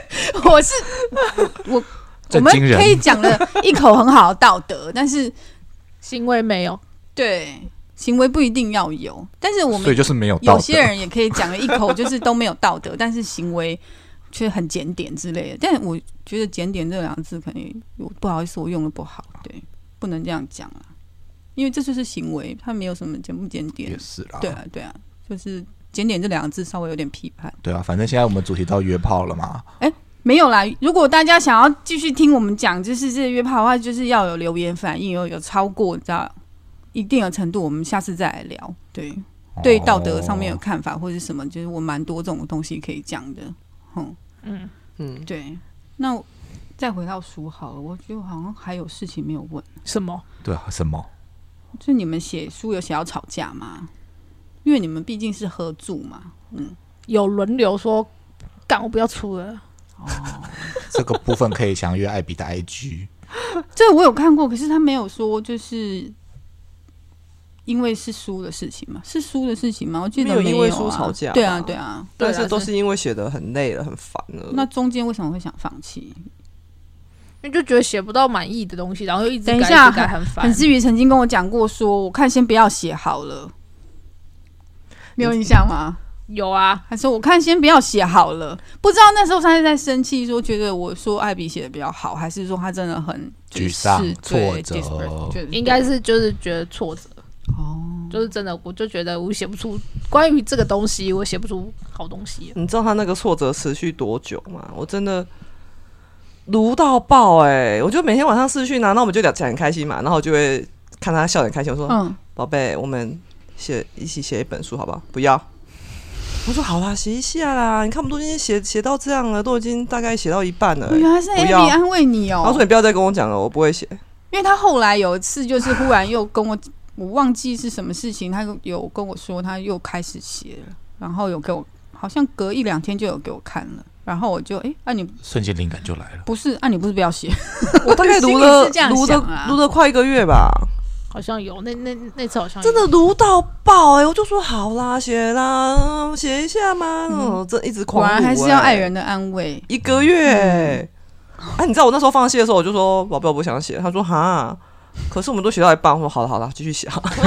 我们可以讲了一口很好的道德，但是行为没有。 对，行为不一定要有，但是我们所以就是没有道德。 有些人也可以讲了一口，就是都没有道德，但是行为却很检点之类的。但我觉得检点这两个字，可能不好意思，我用的不好，对，不能这样讲啊，因为这就是行为，它没有什么检不检点。 也是啦， 对啊，对啊，就是检点这两个字稍微有点批判。 对啊，反正现在我们主题到约炮了嘛。 没有啦，如果大家想要继续听我们讲就是这个约炮的话，就是要有留言反应，有超过你知道一定的程度，我们下次再来聊。对，对道德上面有看法或者什么，就是我蛮多这种东西可以讲的。对。那再回到书好了，我觉得好像还有事情没有问。 什么？ 对啊，什么？ 就你们写书有写要吵架吗？因为你们毕竟是合著嘛。 有轮流说干，我不要出了。 这个部分可以详阅艾比的 IG。 这个我有看过，可是他没有说就是因为是书的事情嘛？是书的事情吗？我记得没有因为书吵架。 对啊，对啊， 但是都是因为写得很累了，很烦了。 那中间为什么会想放弃？ 因为就觉得写不到满意的东西，然后又一直改， 等一下， 很烦。 很之瑜曾经跟我讲过说，我看先不要写好了，没有印象吗？ 有啊， 还说我看先不要写好了，不知道那时候他是在生气，说觉得我说艾比写的比较好，还是说他真的很沮丧、挫折， 应该是就是觉得挫折。就是真的，我就觉得我写不出关于这个东西，我写不出好东西。 你知道他那个挫折持续多久吗？我真的撸到爆我就每天晚上视讯啊，那我们就聊起来很开心嘛，然后我就会看他笑得很开心，我说宝贝，我们一起写一本书好不好？不要。我说好啦，写一下啦。你看我们都已经写到这样了，都已经大概写到一半了。 原来是 Abby 安慰你哦。 他说你不要再跟我讲了，我不会写。 因为他后来有一次就是忽然又跟我忘记是什么事情，他有跟我说他又开始写了，然后有给我好像隔一两天就有给我看了，然后我就你瞬间灵感就来了。 不是你不是不要写？ 我大概读了快1个月吧。 好像有那次好像有真的撸到爆我就说好啦，写啦，写一下嘛，这一直狂撸果然还是要爱人的安慰。 1个月你知道我那时候放弃的时候，我就说宝贝我不想写，他说哈，可是我们都写到一半，我说好了继续写。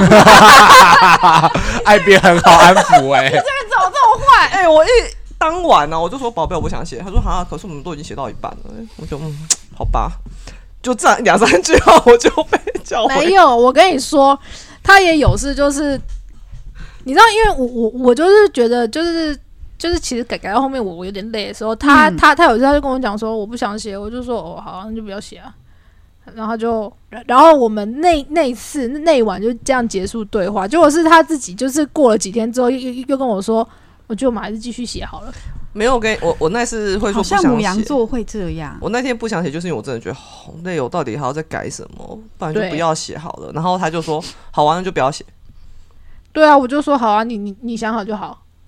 艾比很好安抚这个人怎么这么坏？ 我一当晚我就说宝贝我不想写，他说哈，可是我们都已经写到一半了，我就好吧。就这样2-3句话我就被叫回。 没有，我跟你说，他也有事，就是你知道，因为我就是觉得就是其实改到后面我有点累的时候，他有一次他就跟我讲说我不想写，我就说好，那就不要写啊。然后我们那次那晚就这样结束对话，结果是他自己就是过了几天之后又跟我说，我觉得我们还是继续写好了。 没有我那次会说不想写， 好像牡羊座会这样。 我那天不想写，就是因为我真的觉得好累，我到底还要再改什么？不然就不要写好了。然后他就说好啊，那就不要写。 对啊，我就说好啊，你想好就好。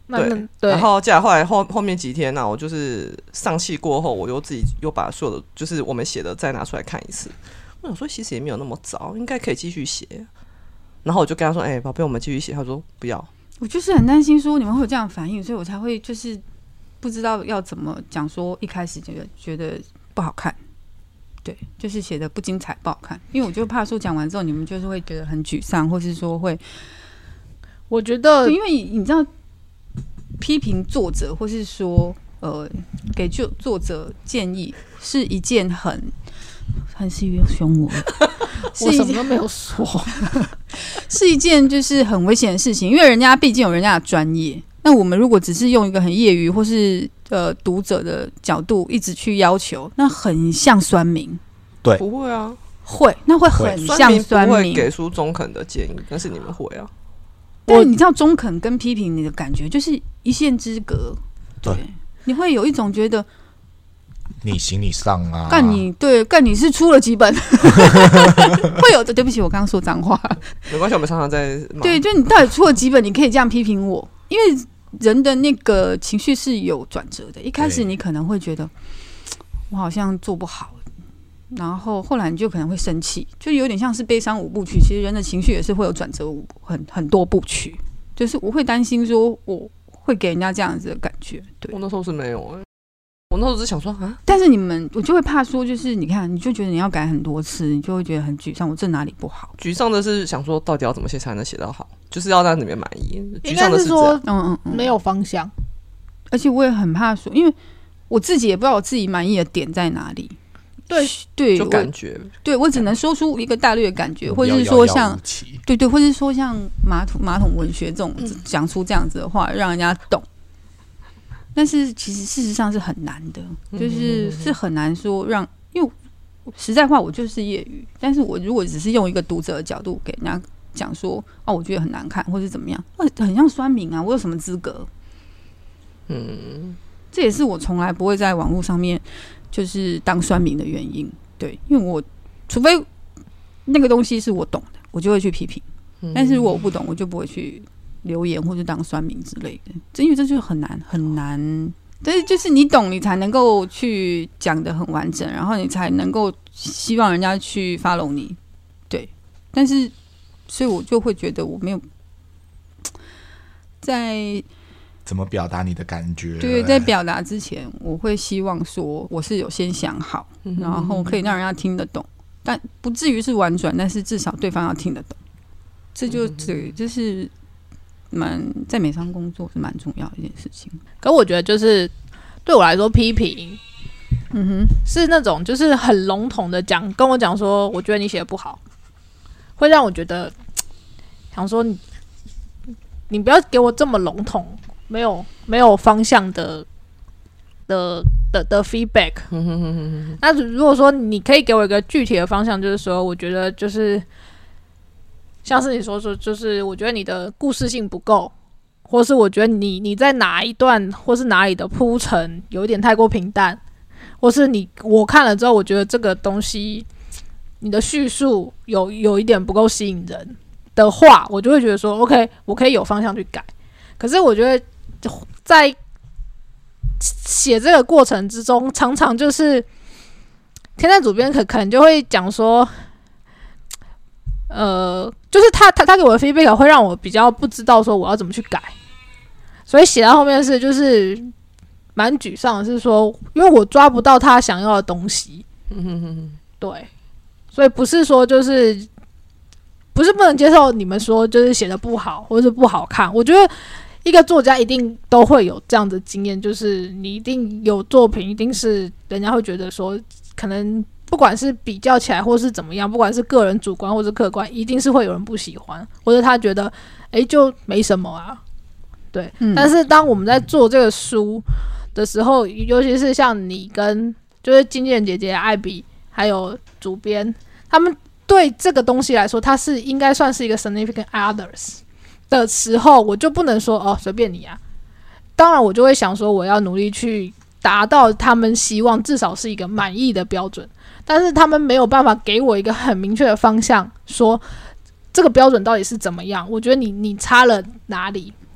对，然后接下来后来后面几天呢，我就是上戏过后，我又自己又把所有的就是我们写的再拿出来看一次。我想说，其实也没有那么糟，应该可以继续写。然后我就跟他说：“宝贝，我们继续写。”他说：“不要。” 我就是很担心说你们会有这样的反应，所以我才会就是不知道要怎么讲，说一开始觉得不好看，对，就是写的不精彩不好看，因为我就怕说讲完之后你们就是会觉得很沮丧，或是说会， 我觉得， 因为你知道。批评作者，或是说给作者建议，是一件很是又凶我， 我什么都没有说， 是一件就是很危险的事情，因为人家毕竟有人家的专业。那我们如果只是用一个很业余或是读者的角度一直去要求，那很像酸民。 对， 不会啊， 那会很像酸民， 不会给出中肯的建议，但是你们会啊。 但你知道中肯跟批评你的感觉就是一线之隔，对，你会有一种觉得你行你上啊， 干你是出了几本，会有的。对不起，我刚刚说脏话， 没关系，我们常常在对，就你到底出了几本，你可以这样批评我，因为人的那个情绪是有转折的。一开始你可能会觉得我好像做不好。然后后来你就可能会生气，就有点像是悲伤5部曲。其实人的情绪也是会有转折很多部曲，就是我会担心说我会给人家这样子的感觉。对， 我那时候是没有我那时候只是想说啊， 但是我就会怕说，就是你看，你就觉得你要改很多次，你就会觉得很沮丧。我这哪里不好？ 沮丧的是想说，到底要怎么写才能写到好，就是要让你们满意。 应该是说，没有方向。 而且我也很怕说，因为我自己也不知道我自己满意的点在哪里。对， 就感觉， 对我只能说出一个大略的感觉，或者是说像对，或者是说像马桶文学这种讲出这样子的话，让人家懂。但是其实事实上是很难的，是很难说让，因为实在话我就是业余，但是我如果只是用一个读者的角度给人家讲说我觉得很难看，或是怎么样，很像酸民啊，我有什么资格？这也是我从来不会在网络上面。就是当酸民的原因，对，因为我除非那个东西是我懂的，我就会去批评，但是如果我不懂，我就不会去留言或者当酸民之类的，因为这就很难，但是就是你懂，你才能够去讲得很完整，然后你才能够希望人家去 follow 你，对，但是所以我就会觉得我没有在。 怎么表达你的感觉？ 对，在表达之前，我会希望说我是有先想好，然后可以让人家听得懂，但不至于是婉转，但是至少对方要听得懂。这就是在美商工作是蛮重要的一件事情。 可我觉得就是对我来说，批评，是那种就是很笼统的跟我讲说，我觉得你写的不好，会让我觉得想说你不要给我这么笼统。没有方向的 feedback。那如果说你可以给我一个具体的方向，就是说，我觉得就是像是你说，就是我觉得你的故事性不够，或是我觉得你在哪一段或是哪里的铺陈有一点太过平淡，或是我看了之后，我觉得这个东西你的叙述有一点不够吸引人的话，我就会觉得说 OK， 我可以有方向去改。可是我觉得在写这个过程之中，常常就是天才主编可能就会讲说，就是他给我的 feedback 会让我比较不知道说我要怎么去改，所以写到后面就是蛮沮丧的，是说因为我抓不到他想要的东西，对，所以不是说就是不是不能接受你们说就是写的不好或者是不好看，我觉得。一个作家一定都会有这样的经验，就是你一定有作品，一定是人家会觉得说，可能不管是比较起来或是怎么样，不管是个人主观或是客观，一定是会有人不喜欢，或者他觉得就没什么啊，对。但是当我们在做这个书的时候，尤其是像你跟就是经纪人姐姐艾比还有主编，他们对这个东西来说，它是应该算是一个 significant others。的时候，我就不能说随便你啊。当然，我就会想说，我要努力去达到他们希望至少是一个满意的标准。但是他们没有办法给我一个很明确的方向，说这个标准到底是怎么样。我觉得你差了哪里，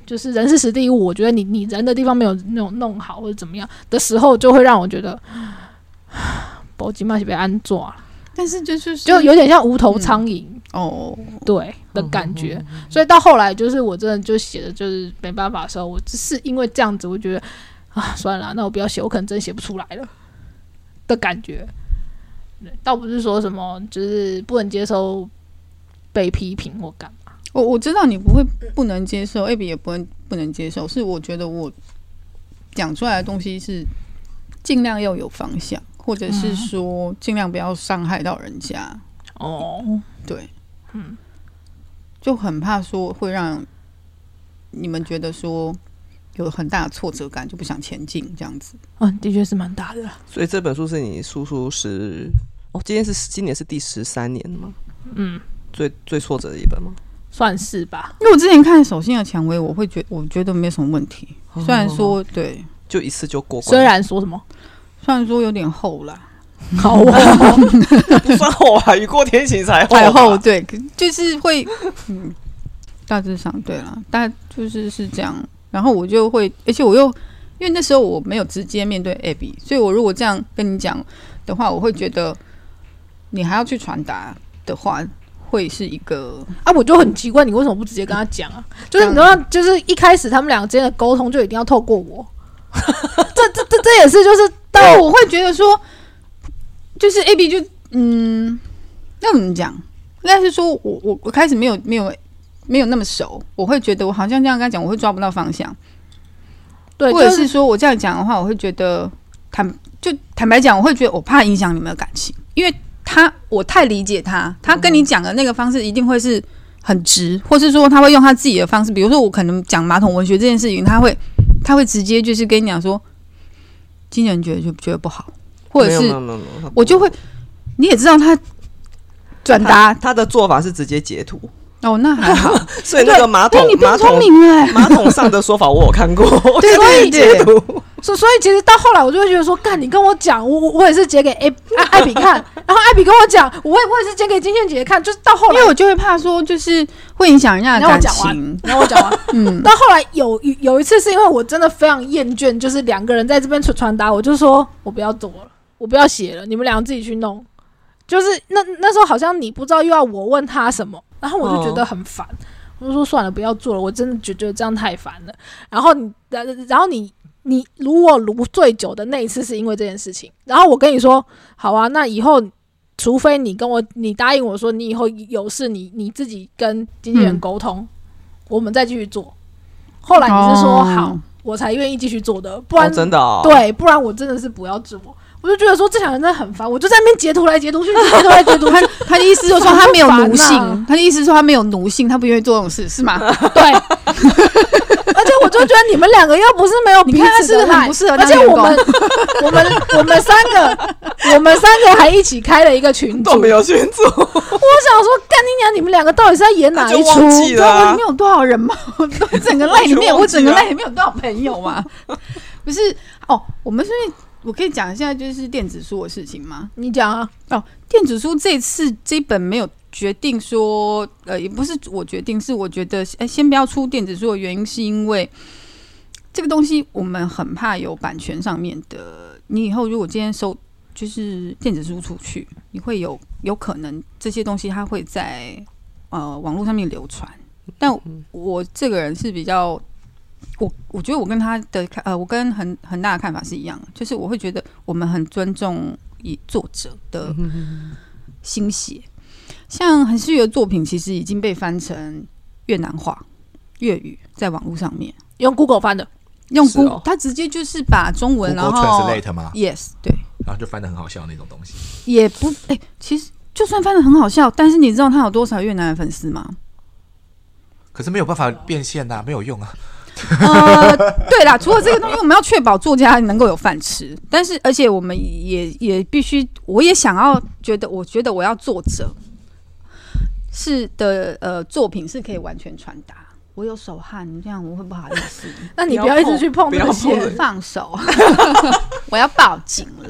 就是人事时地物，我觉得你人的地方没有那种弄好或者怎么样的时候，就会让我觉得，我今嘛是被安抓了。 但是就有点像无头苍蝇对的感觉，所以到后来就是我真的就写的就是没办法的时候，我只是因为这样子，我觉得算了，那我不要写，我可能真写不出来了的感觉。倒不是说什么就是不能接受被批评或干嘛。 我知道你不能接受 ，Abby 也不能接受，是我觉得我讲出来的东西是尽量要有方向，或者是说尽量不要伤害到人家。对，就很怕说会让你们觉得说有很大的挫折感，就不想前进这样子。 的确是蛮大的。 所以这本书是你叔今年是第13年吗？最挫折的一本吗？ 算是吧。 因为我之前看《手心的蔷薇》，我觉得没什么问题。虽然说对， 就一次就过关。 虽然说什么？ 虽然说有点厚啦。 好不算厚啊，雨过天晴才厚。对，就是会，大致上对啦，大就是这样。然后我就会，而且我又因为那时候我没有直接面对 Abby， 所以我如果这样跟你讲的话，我会觉得你还要去传达的话，会是一个我就很奇怪，你为什么不直接跟他讲啊？就是你知道，就是一开始他们两个之间的沟通就一定要透过我，这也是就是到我会觉得说，就是 Abby 就要怎么讲？应该是说我开始没有那么熟，我会觉得我好像这样跟他讲，我会抓不到方向。对，或者是说我这样讲的话，我会觉得坦白讲，我会觉得我怕影响你们的感情，因为我太理解他跟你讲的那个方式一定会是很直，或是说他会用他自己的方式，比如说我可能讲马桶文学这件事情，他会直接就是跟你讲说，经纪人觉得不好，或者是我就会，你也知道他转达他的做法是直接截图。 那还好。 所以那个马桶上的说法我有看过。 对，所以截图。所以其实到后来我就会觉得说，干，你跟我讲，我也是截给艾比看，然后艾比跟我讲，我也是截给金倩姐看，就是到后来， 因为我就会怕说，就是会影响人家的感情。 然后我讲完，到后来有一次是因为我真的非常厌倦，就是两个人在这边传达，我就说我不要做了，我不要写了，你们两个自己去弄。就是那时候好像你不知道又要我问他什么，然后我就觉得很烦，我就说算了，不要做了，我真的觉得这样太烦了。然后你撸我撸最久的那一次是因为这件事情，然后我跟你说好啊，那以后除非你答应我说你以后有事你自己跟经纪人沟通，我们再继续做。后来你是说好，我才愿意继续做的，不然真的对，不然我真的是不要做。我就觉得说这两个人真的很烦，我就在那边截图来截图去，截图来截图去。 他的意思就是说他没有奴性，他的意思是说他没有奴性，他不愿意做这种事，是吗？ 对。而且我就觉得你们两个又不是没有彼此的爱， 不适合而且我们三个还一起开了一个群组， 都没有群组。我想说，干你娘！你们两个到底是在演哪一出？ 你知道里面有多少人吗？整个赖里面，我整个赖里面有多少朋友吗？不是我们是。我可以讲一下就是电子书的事情吗？ 你讲啊。 电子书这次这本没有决定说，也不是我决定，是我觉得，先不要出电子书的原因是因为这个东西我们很怕有版权上面的。你以后如果今天收就是电子书出去，你会有可能这些东西它会在网络上面流传。但我这个人是比较。我觉得我跟他的我跟很大的看法是一样的，就是我会觉得我们很尊重以作者的心血。像韩诗瑜的作品其实已经被翻成越南话、粤语，在网络上面用 Google 翻的， 用 Google，他直接就是把中文然后 translate 吗 ？Yes， 对， 然后就翻得很好笑那种东西。 也不其实就算翻得很好笑，但是你知道他有多少越南的粉丝吗？ 可是没有办法变现啊，没有用啊。 对啦，除了这个东西，我们要确保作家能够有饭吃，但是而且我们也必须，我也想要我觉得我要作者是的作品是可以完全传达。我有手汗，这样我会不好意思。 那你不要一直去碰这个线， 放手。我要报警了。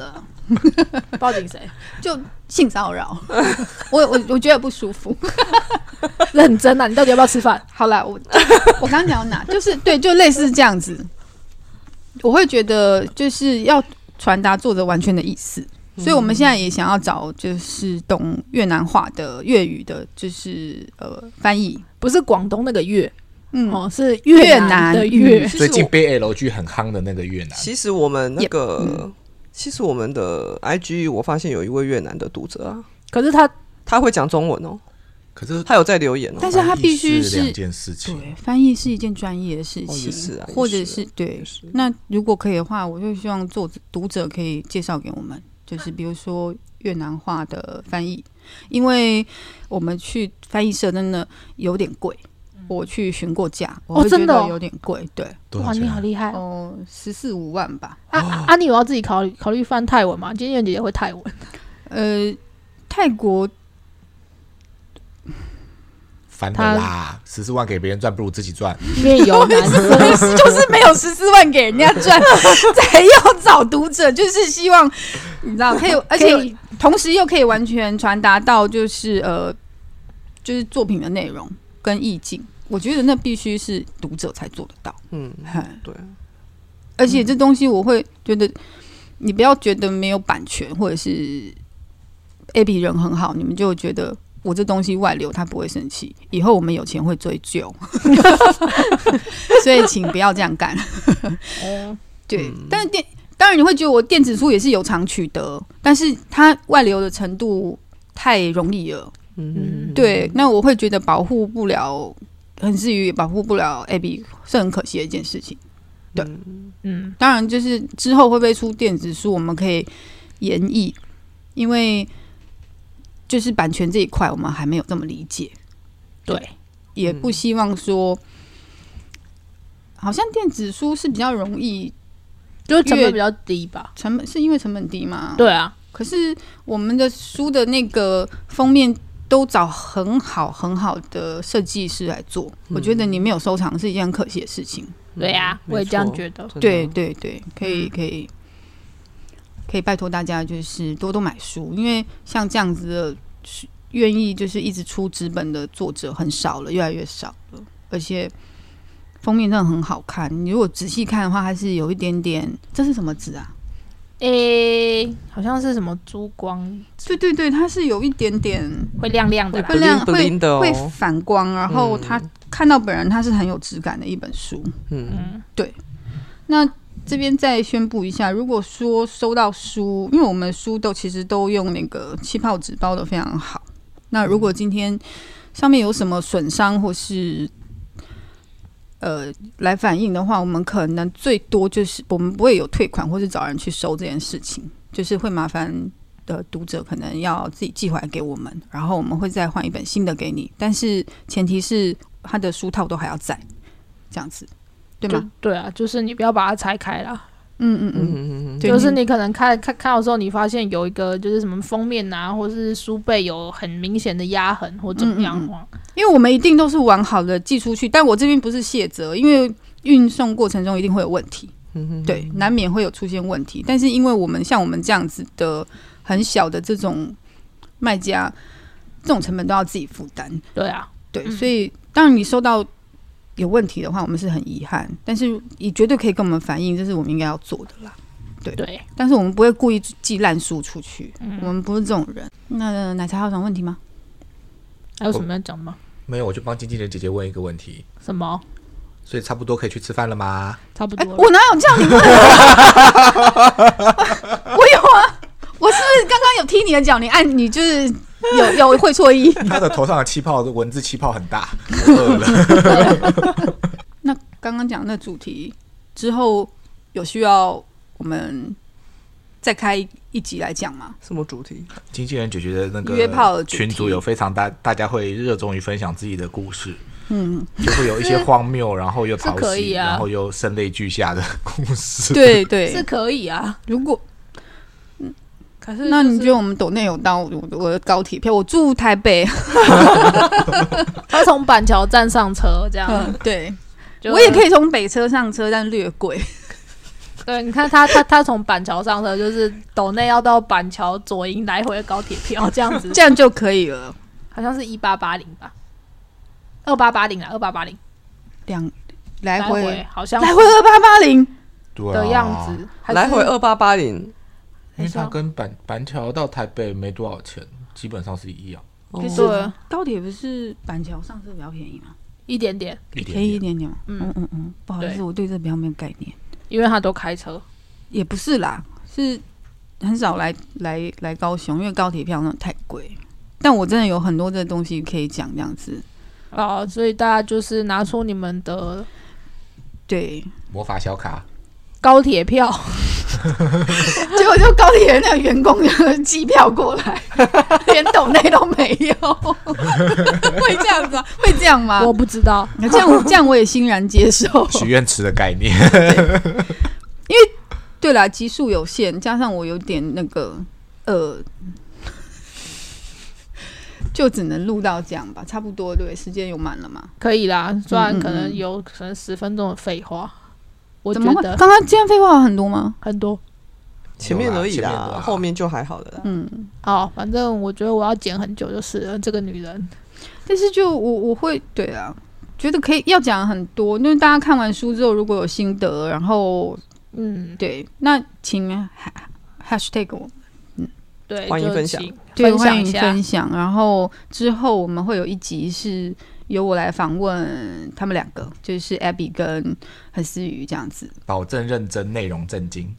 报警谁？ 就性骚扰，我觉得不舒服。 认真啊，你到底要不要吃饭？ 好啦，我刚刚讲到哪？就是对，就类似这样子。我会觉得就是要传达作者完全的意思，所以我们现在也想要找就是懂越南话的粤语的，就是翻译， 不是广东那个粤。是越南的越。 最近 BL 剧很夯的那个越南。 其实我们那个，其实我们的 IG 我发现有一位越南的读者啊， 可是他会讲中文哦， 可是他有在留言哦， 但是他必须是两件事情， 对，翻译是一件专业的事情， 是啊， 或者是对。那如果可以的话，我就希望读者可以介绍给我们，就是比如说越南话的翻译，因为我们去翻译社真的有点贵。我去询过价，我会觉得有点贵，对。 哇，你好厉害哦！14、15万吧。 你有要自己考虑翻泰文吗？今天姐姐会泰文。 泰国翻的啦，14万给别人赚，不如自己赚。 因为有男生就是没有14万给人家赚，才要找读者，就是希望你知道可以，而且同时又可以完全传达到就是就是作品的内容跟意境。我觉得那必须是读者才做得到。 对。 而且这东西我会觉得，你不要觉得没有版权，或者是 Abby 人很好，你们就觉得我这东西外流他不会生气，以后我们有钱会追究。所以请不要这样干。对，但是当然你会觉得我电子书也是有偿取得，但是它外流的程度太容易了。对，那我会觉得保护不了。很至于保护不了 Abby 是很可惜的一件事情，对，当然就是之后会不会出电子书，我们可以研议，因为就是版权这一块我们还没有这么理解，对，也不希望说，好像电子书是比较容易， 就是成本比较低吧？ 成本是因为成本低吗？ 对啊， 可是我们的书的那个封面。都找很好的设计师来做，我觉得你没有收藏是一件很可惜的事情。 对呀，我也这样觉得。 对，可以拜托大家就是多多买书，因为像这样子的愿意就是一直出纸本的作者很少了，越来越少了，而且封面真的很好看。你如果仔细看的话，还是有一点点，这是什么纸啊？ 好像是什么珠光， 对，它是有一点点会亮亮的， 会反光，然后它看到本人，它是很有质感的一本书。对。那这边再宣布一下，如果说收到书，因为我们书其实都用那个气泡纸包的非常好。那如果今天上面有什么损伤或是来反映的话，我们可能最多就是我们不会有退款或是找人去收这件事情，就是会麻烦的读者可能要自己寄回来给我们，然后我们会再换一本新的给你，但是前提是他的书套都还要在，这样子，对吗？ 对啊，就是你不要把它拆开啦。 就是你可能看到的时候，你发现有一个就是什么封面啊，或是书背有很明显的压痕或怎么样因为我们一定都是完好的寄出去，但我这边不是卸责，因为运送过程中一定会有问题，对，难免会有出现问题。但是因为我们像我们这样子的很小的这种卖家，这种成本都要自己负担。 对啊， 对，所以当然你收到有问题的话，我们是很遗憾，但是你绝对可以跟我们反映，这是我们应该要做的啦。对，但是我们不会故意寄烂书出去，我们不是这种人。那奶茶还有什么问题吗？ 还有什么要讲吗？ 没有，我就帮经纪人姐姐问一个问题。 什么？ 所以差不多可以去吃饭了吗？ 差不多。 我哪有叫你问？我有啊，我是不是刚刚有踢你的脚？你就是有会错意。 他的头上的气泡文字气泡很大，我饿了。 那刚刚讲的主题之后有需要我们再开一集来讲吗？ 什么主题？ 经纪人姐姐的那个约炮群组有非常大家会热衷于分享自己的故事，就会有一些荒谬，然后又讨喜，然后又声泪俱下的故事。 对， 是可以啊。 如果可是那你觉得我们斗内有到我的高铁票？我住台北， 他从板桥站上车这样。 对，我也可以从北车上车，但略贵。 对，你看他从板桥上车，就是斗内要到板桥左营来回的高铁票这样子， 这样就可以了。 好像是1880吧，2880啦，2880， 来回好像来回2880 的样子， 来回2880， 因为它跟板桥到台北没多少钱，基本上是一样。 可是高铁不是板桥上车比较便宜吗？ 一点点， 便宜一点点嘛。不好意思，我对这比较没有概念， 因为他都开车， 也不是啦，是很少来高雄，因为高铁票那种太贵。但我真的有很多这东西可以讲，这样子所以大家就是拿出你们的对魔法小卡。 高铁票， 结果就高铁那个员工的机票过来，连斗内都没有，会这样子吗？会这样吗？ 我不知道， 这样我也欣然接受。 许愿池的概念， 因为对啦，集数有限，加上我有点那个就只能录到这样吧，差不多对，时间有满了嘛？ 可以啦，虽然可能10分钟的废话。我觉得刚刚今天废话很多吗？ 很多， 前面而已啦，后面就还好了啦。 好，反正我觉得我要剪很久就是了这个女人， 但是就我会对啊，觉得可以要讲很多，因为大家看完书之后如果有心得，然后对，那请#我对， 欢迎分享， 对，欢迎分享。然后之后我们会有一集是由我来访问他们两个，就是 Abby 跟何思雨这样子， 保证认真，内容正经。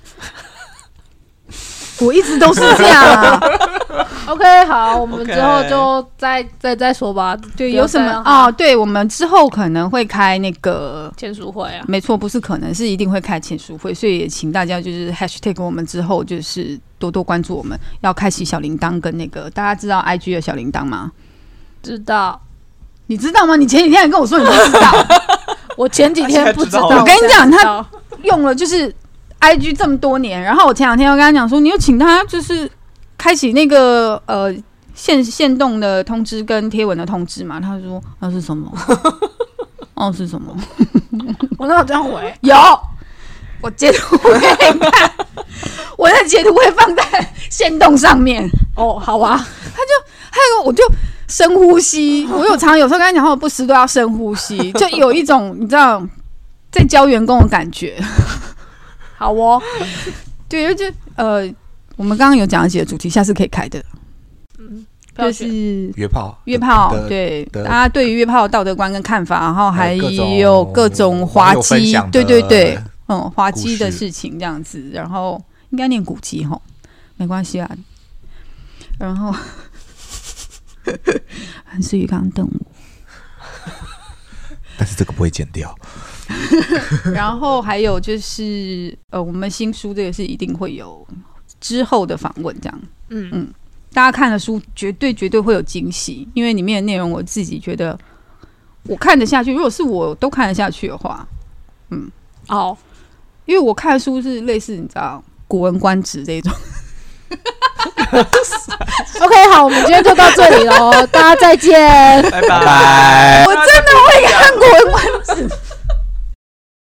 我一直都是这样。 OK， 好，我们之后就再说吧。 对，有什么对，我们之后可能会开那个签书会啊。 没错，不是可能是一定会开签书会，所以也请大家就是#我们之后就是多多关注我们，要开启小铃铛跟那个大家知道 IG 的小铃铛吗？ 知道。 你知道吗？你前几天还跟我说你不知道。 我前几天不知道。 我跟你讲，他用了就是 IG 这么多年，然后我前2天又跟他讲说，你有请他就是开启那个限动的通知跟贴文的通知嘛？他说那是什么？是什么？ 我哪有这样回？ 有，我截图给你看，我的截图会放在限动上面。 好啊。 还有我就深呼吸，我有时候跟他讲话，我不时都要深呼吸，就有一种你知道在教员工的感觉。 好哦， 对，就我们刚刚有讲了几个主题，下次可以开的。就是约炮， 对，大家对于约炮的道德观跟看法，然后还有各种滑稽，对，滑稽的事情这样子，然后应该念古籍吼，没关系啊。然后韩思雨刚刚瞪我， 但是这个不会剪掉。 然后还有就是我们新书这个是一定会有之后的访问这样，大家看的书绝对会有惊喜，因为里面的内容我自己觉得我看得下去，如果是我都看得下去的话，因为我看的书是类似你知道《古文观止》这种。 OK， 好，我们今天就到这里喽，大家再见， 拜拜。 我真的会看《古文观止》。